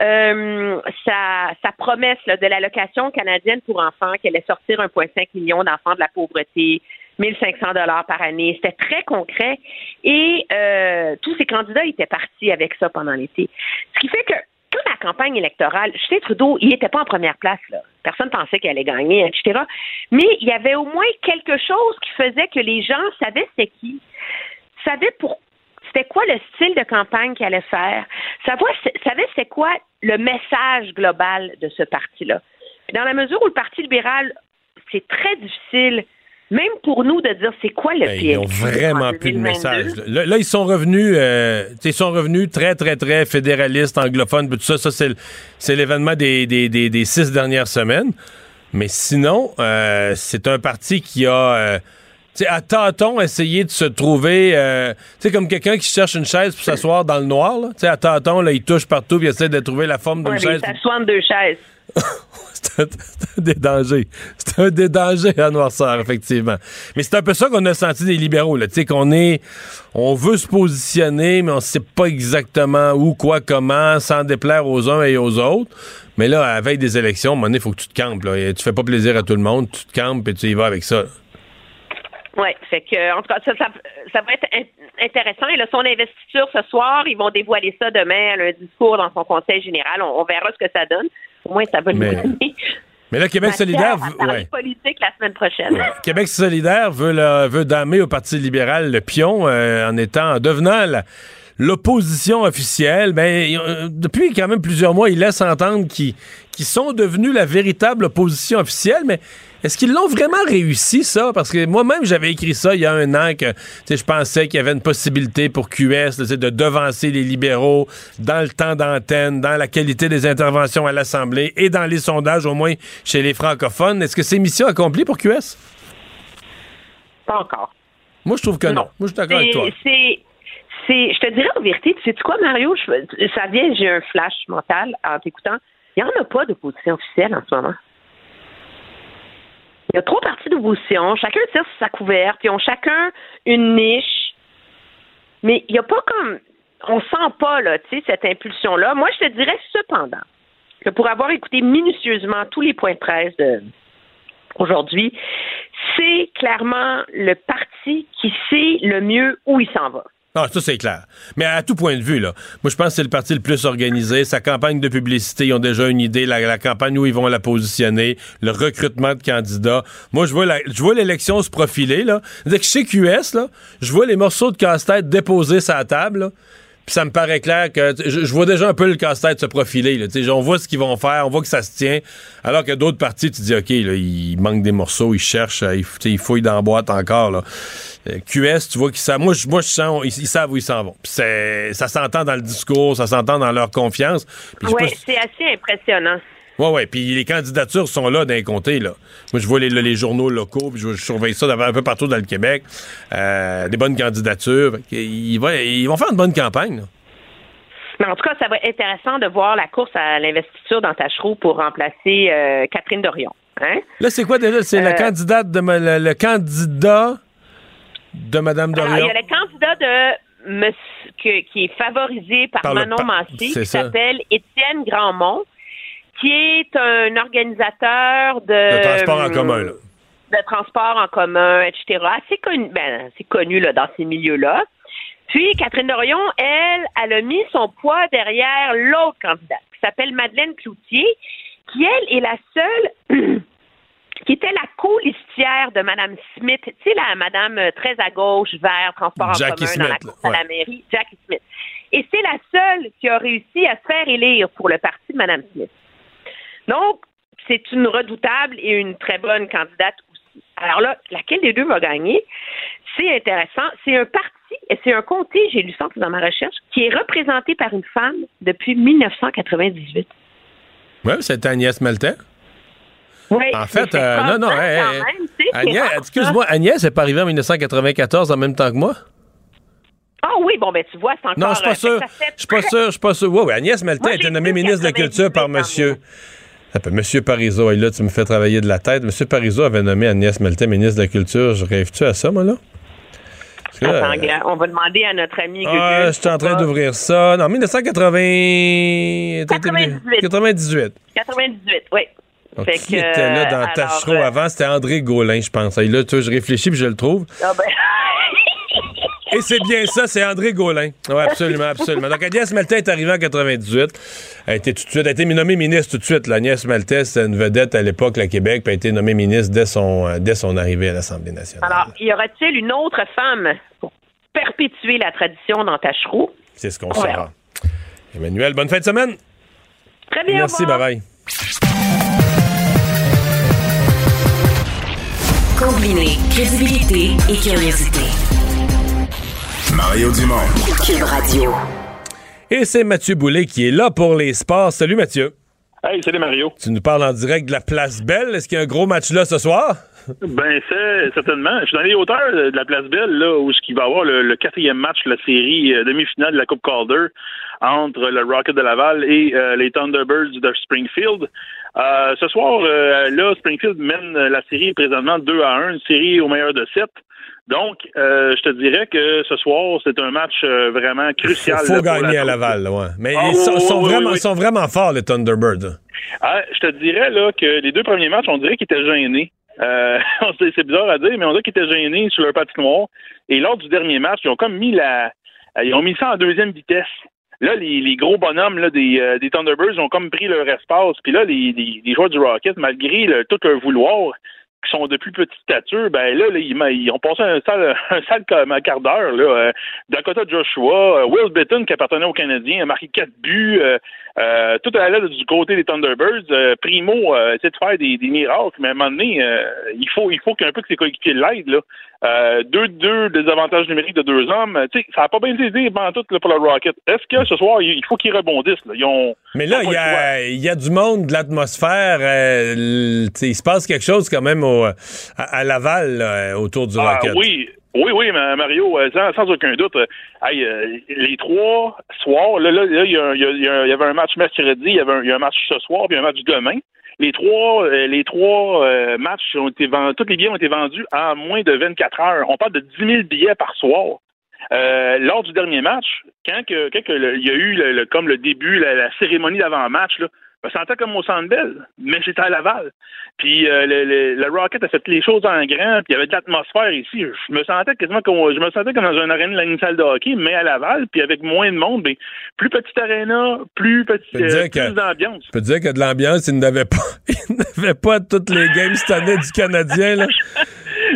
Euh, sa, sa promesse là, de l'allocation canadienne pour enfants, qu'elle allait sortir un virgule cinq million d'enfants de la pauvreté, mille cinq cents dollars par année. C'était très concret. Et euh, tous ces candidats étaient partis avec ça pendant l'été. Ce qui fait que quand la campagne électorale, Justin Trudeau, il n'était pas en première place. Là. Personne pensait qu'il allait gagner, et cetera. Mais il y avait au moins quelque chose qui faisait que les gens savaient c'était qui, savaient pourquoi. C'était quoi le style de campagne qu'il allait faire? Savoir, savait c'est quoi le message global de ce parti-là. Dans la mesure où le Parti libéral, c'est très difficile, même pour nous, de dire c'est quoi le ben, pied. Ils n'ont vraiment plus de message. Là, là, ils sont revenus euh, ils sont revenus très, très, très fédéralistes, anglophones, tout ça. Ça, c'est, c'est l'événement des, des, des, des six dernières semaines. Mais sinon, euh, c'est un parti qui a... Euh, T'sais, à tâtons, essayer de se trouver, euh, tu sais, comme quelqu'un qui cherche une chaise pour s'asseoir dans le noir, là. Tu sais, à tâtons, là, il touche partout puis il essaie de trouver la forme d'une ouais, chaise. Il s'assoit en deux chaises. c'est, un, c'est un des dangers. C'est un des dangers à noirceur, effectivement. Mais c'est un peu ça qu'on a senti des libéraux, là. Tu sais, qu'on est, on veut se positionner, mais on sait pas exactement où, quoi, comment, sans déplaire aux uns et aux autres. Mais là, à la veille des élections, à un moment donné, il faut que tu te campes, là. Tu fais pas plaisir à tout le monde, tu te campes et tu y vas avec ça, là. Oui, fait que, en tout cas, ça, ça, ça va être in- intéressant. Et là, son investiture ce soir, ils vont dévoiler ça demain, le discours dans son conseil général. On, on verra ce que ça donne. Au moins, ça va nous donner. Mais là, Québec solidaire veut. Ouais. politique la semaine prochaine. Ouais. Québec solidaire veut, le, veut damer au Parti libéral le pion euh, en étant, en devenant la, l'opposition officielle. Ben, euh, depuis quand même plusieurs mois, ils laissent entendre qu'ils, qu'ils sont devenus la véritable opposition officielle, mais est-ce qu'ils l'ont vraiment réussi, ça? Parce que moi-même, j'avais écrit ça il y a un an que je pensais qu'il y avait une possibilité pour Q S là, de devancer les libéraux dans le temps d'antenne, dans la qualité des interventions à l'Assemblée et dans les sondages, au moins chez les francophones. Est-ce que c'est mission accomplie pour Q S? Pas encore. Moi, je trouve que non. non. Moi, je suis d'accord avec toi. C'est... C'est, je te dirais en vérité, tu sais quoi, Mario? Je, ça vient, j'ai un flash mental en t'écoutant. Il n'y en a pas d'opposition officielle en ce moment. Il y a trois partis d'opposition, chacun tire sur sa couverte, ils ont chacun une niche, mais il n'y a pas comme... On sent pas, là, tu sais, cette impulsion-là. Moi, je te dirais cependant que pour avoir écouté minutieusement tous les points de presse de aujourd'hui, c'est clairement le parti qui sait le mieux où il s'en va. Ah, ça, c'est clair. Mais à tout point de vue, là, moi, je pense que c'est le parti le plus organisé. Sa campagne de publicité, ils ont déjà une idée, la, la campagne où ils vont la positionner, le recrutement de candidats. Moi, je vois, la, je vois l'élection se profiler, là. C'est-à-dire que chez Q S, là, je vois les morceaux de casse-tête déposés sur la table, là. Puis ça me paraît clair que je, je vois déjà un peu le casse-tête se profiler. Là, on voit ce qu'ils vont faire, on voit que ça se tient. Alors que d'autres parties, tu dis, OK, là, il manque des morceaux, ils cherchent, ils, ils fouillent dans la boîte encore. Là. Q S, tu vois qu'ils savent. Moi, je, moi, je sens, ils, ils savent où ils s'en vont. Puis c'est, ça s'entend dans le discours, ça s'entend dans leur confiance. Oui, c'est assez impressionnant. Oui, oui, puis les candidatures sont là d'un côté, là. Moi, je vois les, les journaux locaux, puis je, je surveille ça un peu partout dans le Québec. Euh, des bonnes candidatures. Ils, va, ils vont faire une bonne campagne, là. Mais en tout cas, ça va être intéressant de voir la course à l'investiture dans Tachereau pour remplacer euh, Catherine Dorion. Hein? Là, c'est quoi déjà? C'est euh, la candidate de ma, le, le candidat de Mme Dorion. Alors, il y a le candidat de monsieur, que, qui est favorisé par, par Manon le, Massé, qui ça. s'appelle Étienne Grandmont, qui est un organisateur de... De transport en commun, là. De transport en commun, et cetera. Assez connu, ben, c'est connu là, dans ces milieux-là. Puis, Catherine Dorion, elle, elle a mis son poids derrière l'autre candidate, qui s'appelle Madeleine Cloutier, qui, elle, est la seule... qui était la co-listière de Mme Smith. Tu sais, la madame très à gauche, vert, transport en Jackie commun, Smith, dans la course ouais. à la mairie, Jackie Smith. Et c'est la seule qui a réussi à se faire élire pour le parti de Mme Smith. Donc, c'est une redoutable et une très bonne candidate aussi. Alors là, laquelle des deux va gagner? C'est intéressant. C'est un parti, et c'est un comté, j'ai lu ça dans ma recherche, qui est représenté par une femme depuis dix-neuf cent quatre-vingt-dix-huit. Oui, c'est Agnès Maltais. Oui, en fait, euh, non, non, hey, hey, même, Agnès, excuse-moi, Agnès n'est pas arrivée en dix-neuf cent quatre-vingt-quatorze en même temps que moi? Ah oui, bon, ben tu vois, c'est encore... Non, je suis pas sûr. Je suis pas sûr, je suis pas sûr. Oui, oui, Agnès Maltais a été nommée ministre de la Culture par monsieur... Monsieur Parizeau. Et là, tu me fais travailler de la tête. Monsieur Parizeau avait nommé Agnès Maltais ministre de la Culture. Je rêve-tu à ça, moi, là? Attends, euh... on va demander à notre ami... Ah, je suis en train d'ouvrir ça. Non, dix-neuf cent quatre-vingts... quatre-vingt-dix-huit. quatre-vingt-dix-huit. quatre-vingt-dix-huit, oui. Donc, fait qui que, était là dans Tachereau euh... avant? C'était André Gaulin, je pense. Et là, tu vois, je réfléchis puis je le trouve. Ah ben... Et c'est bien ça, c'est André Gaulin. Oui, absolument, absolument. Donc, Agnès Maltais est arrivée en quatre-vingt-dix-huit. Elle a été tout de suite, elle a été nommée ministre tout de suite. Là. Agnès Maltais, c'était une vedette à l'époque, à Québec, puis elle a été nommée ministre dès son, dès son arrivée à l'Assemblée nationale. Alors, y aura-t-il une autre femme pour perpétuer la tradition dans Tachereau? C'est ce qu'on saura. Verra. Emmanuel, bonne fin de semaine. Très bien. Merci, bye-bye. Combiner crédibilité et curiosité. Mario Dumont. Cube Radio. Et c'est Mathieu Boulay qui est là pour les sports. Salut Mathieu. Hey, salut Mario. Tu nous parles en direct de la Place Belle. Est-ce qu'il y a un gros match là ce soir? Ben, c'est certainement. Je suis dans les hauteurs de la Place Belle, là, où il va y avoir le, le quatrième match de la série euh, demi-finale de la Coupe Calder entre le Rocket de Laval et euh, les Thunderbirds de Springfield. Euh, ce soir, euh, là, Springfield mène la série présentement deux à un, une série au meilleur de sept. Donc, euh, je te dirais que ce soir, c'est un match euh, vraiment crucial. Il faut là, gagner à Laval, ouais. Mais ah, ils sont, oui, sont, oui, vraiment, oui. sont vraiment forts, les Thunderbirds. Ah, je te dirais là que les deux premiers matchs, on dirait qu'ils étaient gênés. Euh, c'est bizarre à dire, mais on dirait qu'ils étaient gênés sur leur patinoire. Et lors du dernier match, ils ont comme mis la, ils ont mis ça en deuxième vitesse. Là, les, les gros bonhommes là, des, euh, des Thunderbirds ont comme pris leur espace. Puis là, les, les, les joueurs du Rocket, malgré le, tout leur vouloir, qui sont de plus petite stature, ben là, là ils, ils ont passé un sale, un sale quart d'heure. Là, euh, Dakota Joshua, euh, Will Bitton, qui appartenait aux Canadiens, a marqué quatre buts. Euh, euh, tout à l'aide du côté des Thunderbirds. Euh, Primo euh, essaie de faire des, des miracles, mais à un moment donné, euh, il faut, il faut qu'un peu que ses coéquipiers l'aident. Là. Euh, deux, deux désavantages numériques de deux hommes. Tu sais, ça n'a pas bien été pendant tout là, pour le Rocket. Est-ce que ce soir, il faut qu'ils rebondissent? Là? Ils ont, mais là, il y, a, il y a du monde, de l'atmosphère. Euh, il se passe quelque chose quand même au, à, à Laval, là, autour du ah, Rocket. Oui. Oui, oui, Mario, sans, sans aucun doute. Hey, euh, les trois soirs, là, là, là il, y a, il, y a, il y avait un match mercredi, il y avait un, il y a un match ce soir, puis un match demain. Les trois, euh, les trois euh, matchs ont été vendus, tous les billets ont été vendus en moins de vingt-quatre heures. On parle de dix mille billets par soir. Euh, lors du dernier match, quand, que, quand que le, il y a eu le, le, comme le début, la, la cérémonie d'avant-match, là, je me sentais comme au Centre Bell, mais j'étais à Laval. Puis euh, le, le, le Rocket a fait les choses en grand, puis il y avait de l'atmosphère ici. Je me sentais quasiment comme je me sentais comme dans une arène de la salle de hockey, mais à Laval, puis avec moins de monde, mais plus petite aréna, plus petit, euh, plus d'ambiance. Je peux te dire que de l'ambiance, il n'avait pas, il n'avait pas toutes les games cette année du Canadien là.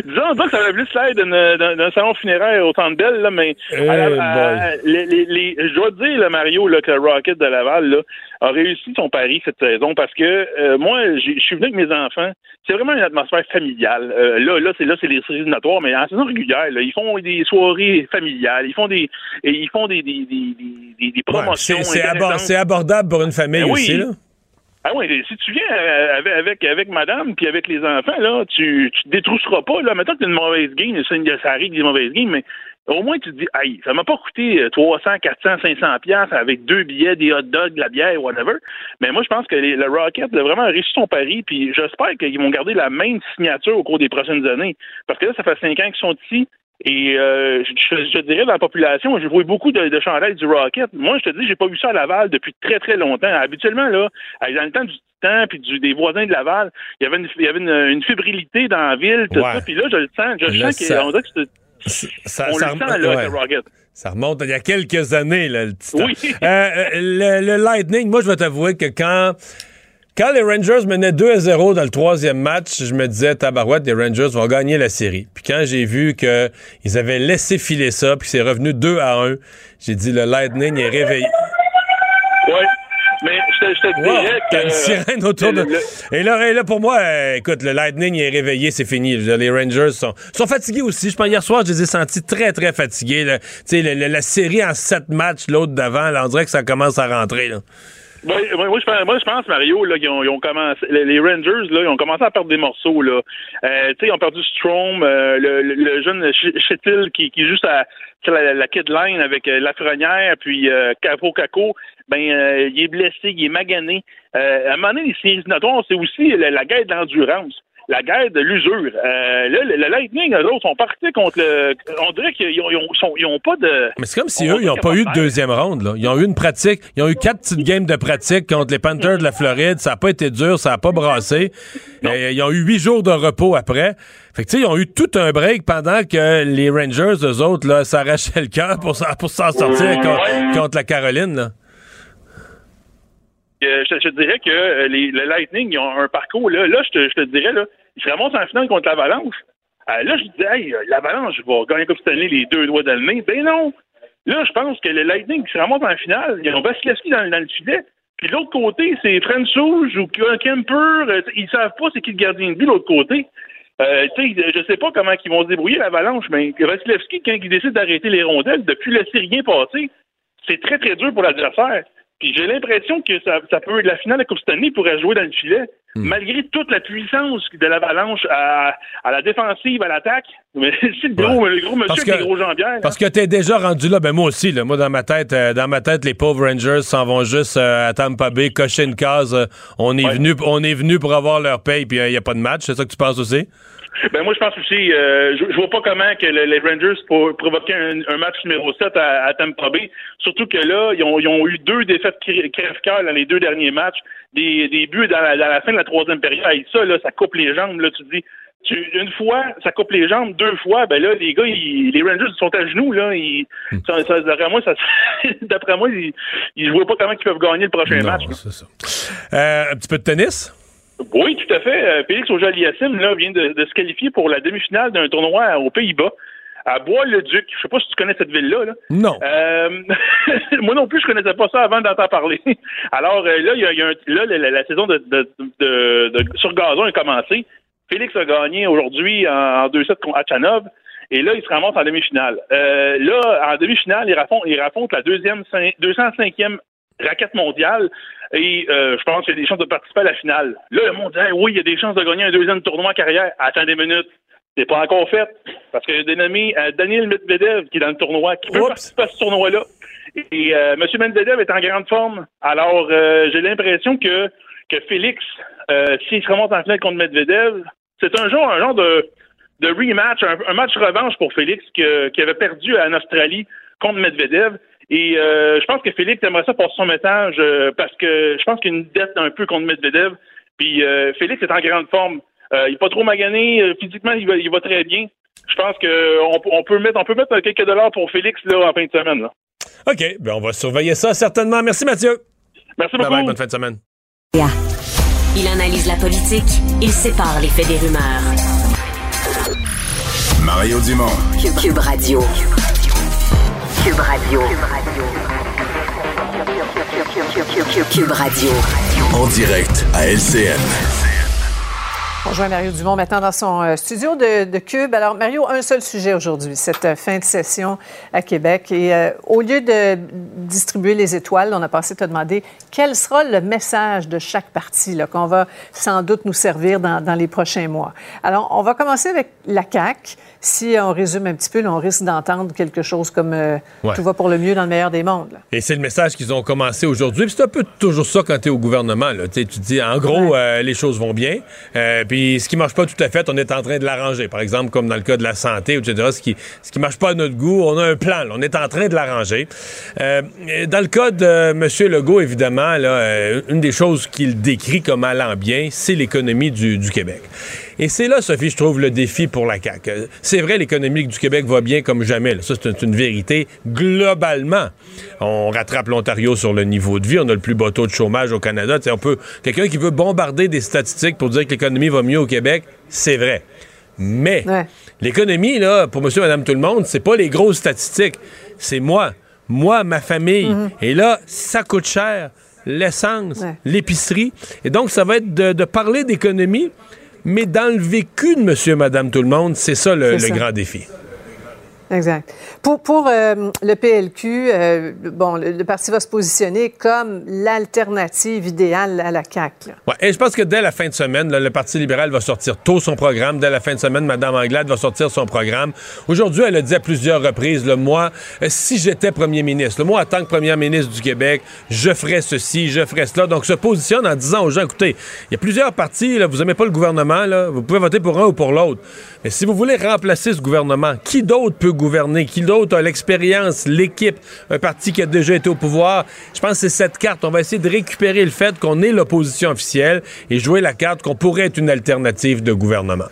disons, disons que ça avait plus l'air d'un, d'un, d'un salon funéraire au Centre Bell, là, mais hey à, à, à, les, les, les, je dois te dire, là, Mario, là, que le Rocket de Laval là, a réussi son pari cette saison parce que euh, moi, je suis venu avec mes enfants. C'est vraiment une atmosphère familiale. Euh, là, là, c'est là, c'est les séries éliminatoires, mais en saison régulière, là, ils font des soirées familiales, ils font des, ils font des, des, des, des, des promotions. Ouais, c'est, c'est, abord, c'est abordable pour une famille ben, aussi, oui. là. Ah oui, si tu viens avec, avec, avec madame puis avec les enfants, là, tu, tu te détrousseras pas. Là. Mettons que tu as une mauvaise game, ça arrive des mauvaises games, mais au moins tu te dis, hey, ça m'a pas coûté trois cents, quatre cents, cinq cents piastres avec deux billets, des hot dogs, de la bière, whatever. Mais moi, je pense que les, le Rocket a vraiment réussi son pari, puis j'espère qu'ils vont garder la même signature au cours des prochaines années. Parce que là, ça fait cinq ans qu'ils sont ici. Et euh, je, je dirais dans la population, j'ai vu beaucoup de, de chandails du Rocket. Moi, je te dis, j'ai pas vu ça à Laval depuis très très longtemps. Habituellement, là, dans le temps du temps puis du, des voisins de Laval, il y avait une, il y avait une, une fébrilité dans la ville, tout ouais. ça. Puis là, je le sens, je là, sens qu'on dirait que c'est, ça, on ça, le sent là, ouais. le Rocket. Ça remonte il y a quelques années, là, le petit Oui. euh, le, le Lightning, moi, je vais t'avouer que quand Quand les Rangers menaient deux à zéro dans le troisième match, je me disais, tabarouette, les Rangers vont gagner la série. Puis quand j'ai vu qu'ils avaient laissé filer ça, puis c'est revenu deux à un, j'ai dit, le Lightning est réveillé. Oui, mais je te, je te dirais wow, que... T'as une sirène autour le, de... Le... Et, là, et là, pour moi, euh, écoute, le Lightning est réveillé, c'est fini. Les Rangers sont, sont fatigués aussi. Je pense hier soir, je les ai sentis très, très fatigués. Tu sais, la, la série en sept matchs, l'autre d'avant, là, on dirait que ça commence à rentrer, là. Moi, moi, je pense, moi, je pense, Mario, là, ils ont, ils ont commencé, les Rangers, là, ils ont commencé à perdre des morceaux, là. Euh, tu sais, ils ont perdu Strome, euh, le, le, le jeune Chétil qui, qui joue à la, la kid line avec euh, Lafrenière, puis euh, Capo Caco, ben, euh, il est blessé, il est magané. Euh, à un moment donné, les séries éliminatoires, c'est aussi la, la guerre de l'endurance. La guerre de l'usure. Euh, là, le, le Lightning, eux autres, sont partis contre le... On dirait qu'ils ont, ils ont, sont, ils ont pas de... Mais c'est comme si eux, ils n'ont pas eu de deuxième ronde, là. Ils ont eu une pratique. Ils ont eu quatre petites games de pratique contre les Panthers de la Floride. Ça n'a pas été dur, ça n'a pas brassé. Et, ils ont eu huit jours de repos après. Fait que, tu sais, ils ont eu tout un break pendant que les Rangers, eux autres, là, s'arrachaient le cœur pour, pour s'en sortir contre, contre la Caroline, là. Je, je dirais que les, le Lightning, ils ont un parcours, là, là je, te, je te dirais, là, ils se remontent en finale contre l'Avalanche. Euh, là, je disais, hey, l'Avalanche va gagner comme cette année les deux doigts dans le nez. Ben non! Là, je pense que le Lightning qui se remonte en finale, ils ont Vasilevski dans, dans le filet. Puis de l'autre côté, c'est Franzouge ou Kemper. Ils savent pas c'est qui le gardien de but de l'autre côté. Euh, tu sais, je sais pas comment ils vont se débrouiller l'Avalanche, mais Vasilevski, quand il décide d'arrêter les rondelles, depuis le rien passé, c'est très, très dur pour l'adversaire. Puis j'ai l'impression que ça, ça peut, la finale de la Coupe Stanley pourrait jouer dans le filet, mm. malgré toute la puissance de l'Avalanche à, à la défensive, à l'attaque. Mais c'est le gros, ouais. le gros monsieur avec les gros jambières. Parce que t'es déjà rendu là, ben moi aussi, là, moi dans ma tête, euh, dans ma tête, les pauvres Rangers s'en vont juste euh, à Tampa Bay, cocher une case. Euh, on est ouais. venu, on est venu pour avoir leur paye, puis il euh, n'y a pas de match. C'est ça que tu penses aussi? Ben moi je pense aussi, euh, je, je vois pas comment que le, les Rangers pour provoquer un, un match numéro sept à, à Tampa Bay. Surtout que là, ils ont, ils ont eu deux défaites crève-cœur dans les deux derniers matchs, des, des buts dans la, dans la fin de la troisième période. Et ça, là, ça coupe les jambes. Là, tu dis, tu, une fois, ça coupe les jambes, deux fois, ben là, les gars, ils, les Rangers sont à genoux. Là, ils, hmm. ça, ça, d'après moi, ça, d'après moi, ils, ils voient pas comment ils peuvent gagner le prochain non, match. C'est ça. Euh, un petit peu de tennis? Oui, tout à fait. Félix Auger-Aliassime là vient de, de se qualifier pour la demi-finale d'un tournoi aux Pays-Bas, à Bois-le-Duc. Je sais pas si tu connais cette ville-là. Là. Non. Euh, moi non plus, je connaissais pas ça avant d'entendre parler. Alors euh, là, il y a, y a un, là la, la saison de, de, de, de sur gazon a commencé. Félix a gagné aujourd'hui en, en deux sept contre Achanov. Et là, il se ramasse en demi-finale. Euh, là, en demi-finale, il raconte, il raconte la deuxième, deux cent cinquième raquette mondiale. Et euh, je pense qu'il y a des chances de participer à la finale. Là, le monde dit hey, oui, il y a des chances de gagner un deuxième tournoi en carrière. Attends des minutes. C'est pas encore fait. Parce qu'il y a dénommé euh, Daniil Medvedev qui est dans le tournoi, qui peut Oups. participer à ce tournoi-là. Et euh, M. Medvedev est en grande forme. Alors, euh, j'ai l'impression que, que Félix, euh, s'il se remonte en finale contre Medvedev, c'est un genre, un genre de, de rematch, un, un match revanche pour Félix que, qui avait perdu en Australie contre Medvedev. Et euh, je pense que Félix aimerait ça pour son message euh, parce que je pense qu'il y a une dette un peu contre Medvedev. Puis euh, Félix est en grande forme. Euh, il n'est pas trop magané. Euh, physiquement, il va, il va très bien. Je pense qu'on on peut mettre on peut mettre quelques dollars pour Félix là, en fin de semaine. Là. OK. Ben on va surveiller ça certainement. Merci Mathieu. Merci beaucoup. Bye bye, bonne fin de semaine. Il analyse la politique. Il sépare les faits des rumeurs. Mario Dumont. Cube, Cube Radio. Cube Radio. Cube Radio. En direct à L C N. On rejoint Mario Dumont maintenant dans son euh, studio de, de Cube. Alors, Mario, un seul sujet aujourd'hui, cette euh, fin de session à Québec. Et euh, au lieu de distribuer les étoiles, on a passé à te demander quel sera le message de chaque parti là, qu'on va sans doute nous servir dans, dans les prochains mois. Alors, on va commencer avec la C A Q. Si on résume un petit peu, là, on risque d'entendre quelque chose comme euh, ouais. tout va pour le mieux dans le meilleur des mondes. Là. Et c'est le message qu'ils ont commencé aujourd'hui. Puis c'est un peu toujours ça quand tu es au gouvernement. Là. Tu dis, en gros, ouais. euh, les choses vont bien. Euh, puis ce qui marche pas tout à fait, on est en train de l'arranger. Par exemple, comme dans le cas de la santé, et cetera. Ce qui, ce qui marche pas à notre goût, on a un plan. Là. On est en train de l'arranger. Euh, dans le cas de euh, M. Legault, évidemment, là, euh, une des choses qu'il décrit comme allant bien, c'est l'économie du, du Québec. Et c'est là, Sophie, je trouve, le défi pour la C A Q. C'est vrai, l'économie du Québec va bien comme jamais. Là. Ça, c'est une vérité. Globalement, on rattrape l'Ontario sur le niveau de vie. On a le plus bas taux de chômage au Canada. T'sais, on peut, quelqu'un qui veut bombarder des statistiques pour dire que l'économie va mieux au Québec, c'est vrai. Mais ouais. l'économie, là, pour monsieur, madame, tout le monde, c'est pas les grosses statistiques. C'est moi. Moi, ma famille. Mm-hmm. Et là, ça coûte cher. L'essence, ouais. l'épicerie. Et donc, ça va être de, de parler d'économie, mais dans le vécu de monsieur, madame, tout le monde, c'est ça le, c'est le ça. grand défi. Exact. Pour, pour euh, le P L Q, euh, bon, le, le parti va se positionner comme l'alternative idéale à la C A Q. Oui, et je pense que dès la fin de semaine, là, le Parti libéral va sortir tôt son programme. Dès la fin de semaine, Mme Anglade va sortir son programme. Aujourd'hui, elle a dit à plusieurs reprises, là, moi, euh, si j'étais premier ministre, là, moi, en tant que première ministre du Québec, je ferais ceci, je ferais cela. Donc, se positionne en disant aux gens, écoutez, il y a plusieurs partis, là, vous n'aimez pas le gouvernement, là, vous pouvez voter pour un ou pour l'autre. Mais si vous voulez remplacer ce gouvernement, qui d'autre peut gouverner? Qui d'autre a l'expérience, l'équipe, un parti qui a déjà été au pouvoir? Je pense que c'est cette carte. On va essayer de récupérer le fait qu'on est l'opposition officielle et jouer la carte qu'on pourrait être une alternative de gouvernement.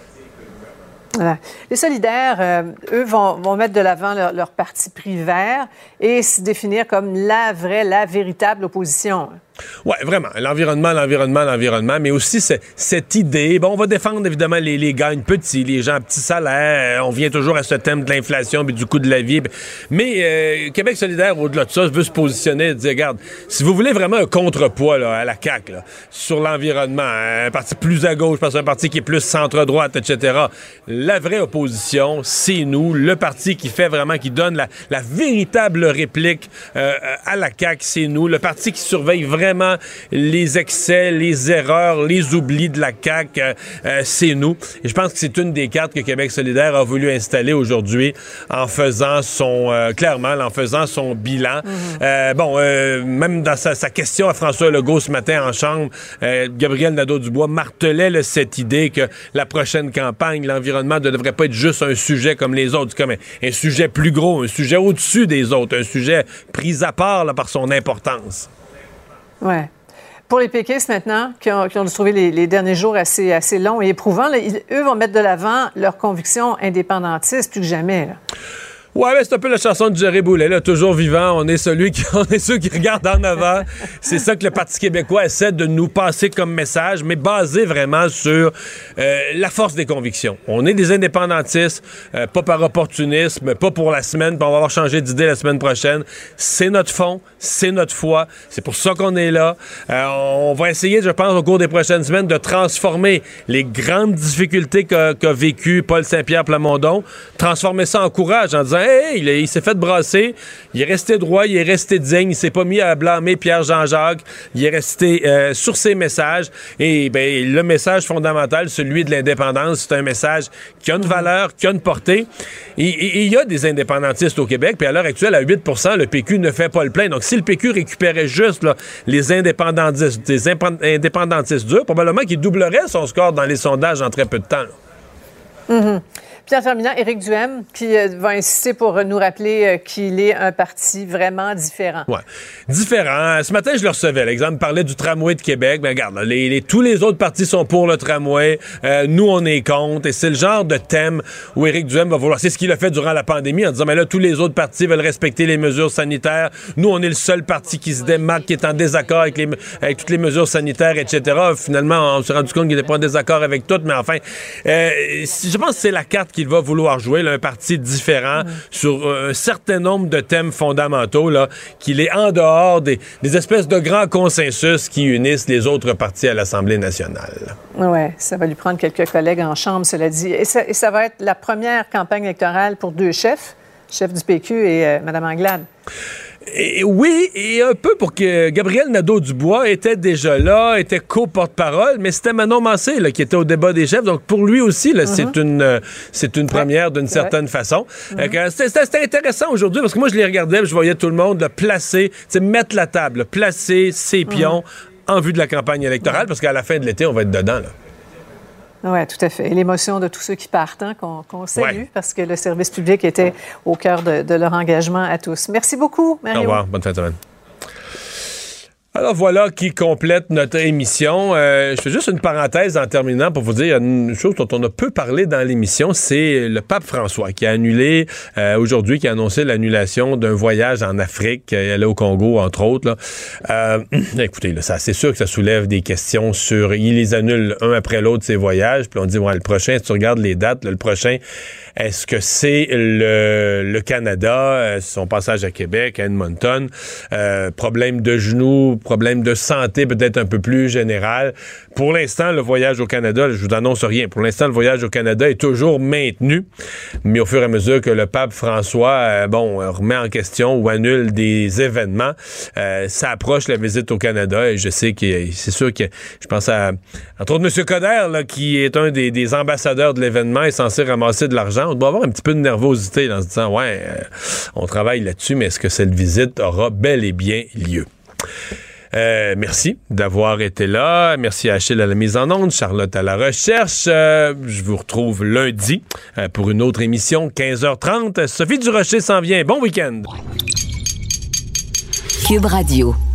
Voilà. Les solidaires, euh, eux, vont, vont mettre de l'avant leur, leur parti pris vert et se définir comme la vraie, la véritable opposition. Oui, vraiment. L'environnement, l'environnement, l'environnement, mais aussi c'est, cette idée. Bon, on va défendre évidemment les, les gagnes petits, les gens à petits salaires. On vient toujours à ce thème de l'inflation et du coût de la vie. Mais euh, Québec solidaire, au-delà de ça, veut se positionner et dire, regarde, si vous voulez vraiment un contrepoids là, à la C A Q là, sur l'environnement, un parti plus à gauche, parce qu'un parti qui est plus centre-droite, et cetera, la vraie opposition, c'est nous, le parti qui fait vraiment, qui donne la, la véritable réplique euh, à la C A Q, c'est nous, le parti qui surveille vraiment Vraiment, les excès, les erreurs, les oublis de la C A Q, euh, euh, c'est nous. Et je pense que c'est une des cartes que Québec solidaire a voulu installer aujourd'hui en faisant son, euh, clairement, en faisant son bilan. Mm-hmm. Euh, bon, euh, même dans sa, sa question à François Legault ce matin en chambre, euh, Gabriel Nadeau-Dubois martelait là, cette idée que la prochaine campagne, l'environnement ne devrait pas être juste un sujet comme les autres, comme un, un sujet plus gros, un sujet au-dessus des autres, un sujet pris à part là, par son importance. Oui. Pour les péquistes maintenant, qui ont, qui ont trouvé les, les derniers jours assez, assez longs et éprouvants, là, ils, eux vont mettre de l'avant leurs convictions indépendantistes plus que jamais. Là. Ouais, mais c'est un peu la chanson de Jerry Boulet, là, toujours vivant. On est celui qui, on est ceux qui regardent en avant. C'est ça que le Parti québécois essaie de nous passer comme message, mais basé vraiment sur euh, la force des convictions. On est des indépendantistes, euh, pas par opportunisme, pas pour la semaine, puis on va avoir changé d'idée la semaine prochaine. C'est notre fond, c'est notre foi. C'est pour ça qu'on est là. Euh, on va essayer, je pense, au cours des prochaines semaines, de transformer les grandes difficultés qu'a, qu'a vécu Paul Saint-Pierre Plamondon, transformer ça en courage en disant Hey, il, il s'est fait brasser, il est resté droit, il est resté digne, il s'est pas mis à blâmer Pierre-Jean-Jacques, il est resté euh, sur ses messages. Et ben, le message fondamental, celui de l'indépendance, c'est un message qui a une valeur, qui a une portée. Et il y a des indépendantistes au Québec, puis à l'heure actuelle, à huit pour cent, le P Q ne fait pas le plein. Donc, si le P Q récupérait juste là, les indépendantistes, les indépendantistes durs, probablement qu'il doublerait son score dans les sondages en très peu de temps. Mm-hmm. Puis en terminant, Éric Duhaime, qui euh, va insister pour nous rappeler euh, qu'il est un parti vraiment différent. Oui, différent. Ce matin, je le recevais. L'exemple parlait du tramway de Québec. Ben regarde, là, les, les, tous les autres partis sont pour le tramway. Euh, nous, on est contre. Et c'est le genre de thème où Éric Duhaime va vouloir... C'est ce qu'il a fait durant la pandémie en disant, mais là, tous les autres partis veulent respecter les mesures sanitaires. Nous, on est le seul parti qui se démarque, qui est en désaccord avec, les, avec toutes les mesures sanitaires, et cetera. Finalement, on s'est rendu compte qu'il n'était pas en désaccord avec toutes, mais enfin, euh, je pense que c'est la carte qu'il va vouloir jouer, là, un parti différent mmh. sur euh, un certain nombre de thèmes fondamentaux, là, qu'il est en dehors des, des espèces de grands consensus qui unissent les autres partis à l'Assemblée nationale. Oui, ça va lui prendre quelques collègues en chambre, cela dit. Et ça, et ça va être la première campagne électorale pour deux chefs, chef du P Q et euh, Mme Anglade. Et oui, et un peu pour que Gabriel Nadeau-Dubois était déjà là, était co-porte-parole, mais c'était Manon Massé là, qui était au débat des chefs. Donc, pour lui aussi, là, mm-hmm. c'est une euh, c'est une première d'une c'est certaine vrai. façon. Mm-hmm. Euh, c'était, c'était intéressant aujourd'hui parce que moi, je les regardais, je voyais tout le monde là, placer, mettre la table, là, placer ses pions mm-hmm. en vue de la campagne électorale, mm-hmm. parce qu'à la fin de l'été, on va être dedans, là. Oui, tout à fait. Et l'émotion de tous ceux qui partent, hein, qu'on, qu'on salue, ouais. parce que le service public était au cœur de, de leur engagement à tous. Merci beaucoup, Mario. Au revoir. Bonne fin de semaine. Alors voilà qui complète notre émission. Euh, je fais juste une parenthèse en terminant pour vous dire une chose dont on a peu parlé dans l'émission, c'est le pape François qui a annulé euh, aujourd'hui, qui a annoncé l'annulation d'un voyage en Afrique, euh, aller au Congo entre autres. Là. Euh, écoutez, là, ça, c'est sûr que ça soulève des questions sur, il les annule un après l'autre ces voyages, puis on dit ouais, le prochain, si tu regardes les dates, là, le prochain, est-ce que c'est le, le Canada, euh, son passage à Québec, à Edmonton, euh, problème de genoux, problème de santé peut-être un peu plus général. Pour l'instant, le voyage au Canada, je vous annonce rien. Pour l'instant, le voyage au Canada est toujours maintenu, mais au fur et à mesure que le pape François, euh, bon, remet en question ou annule des événements, euh, ça approche la visite au Canada et je sais que c'est sûr que je pense à, entre autres, M. Coderre, là, qui est un des, des ambassadeurs de l'événement, est censé ramasser de l'argent. On doit avoir un petit peu de nervosité là, en se disant, ouais, euh, on travaille là-dessus, mais est-ce que cette visite aura bel et bien lieu? Euh, merci d'avoir été là. Merci à Achille à la mise en onde, Charlotte à la recherche. Euh, je vous retrouve lundi euh, pour une autre émission, quinze heures trente. Sophie Durocher s'en vient. Bon week-end. Cube Radio.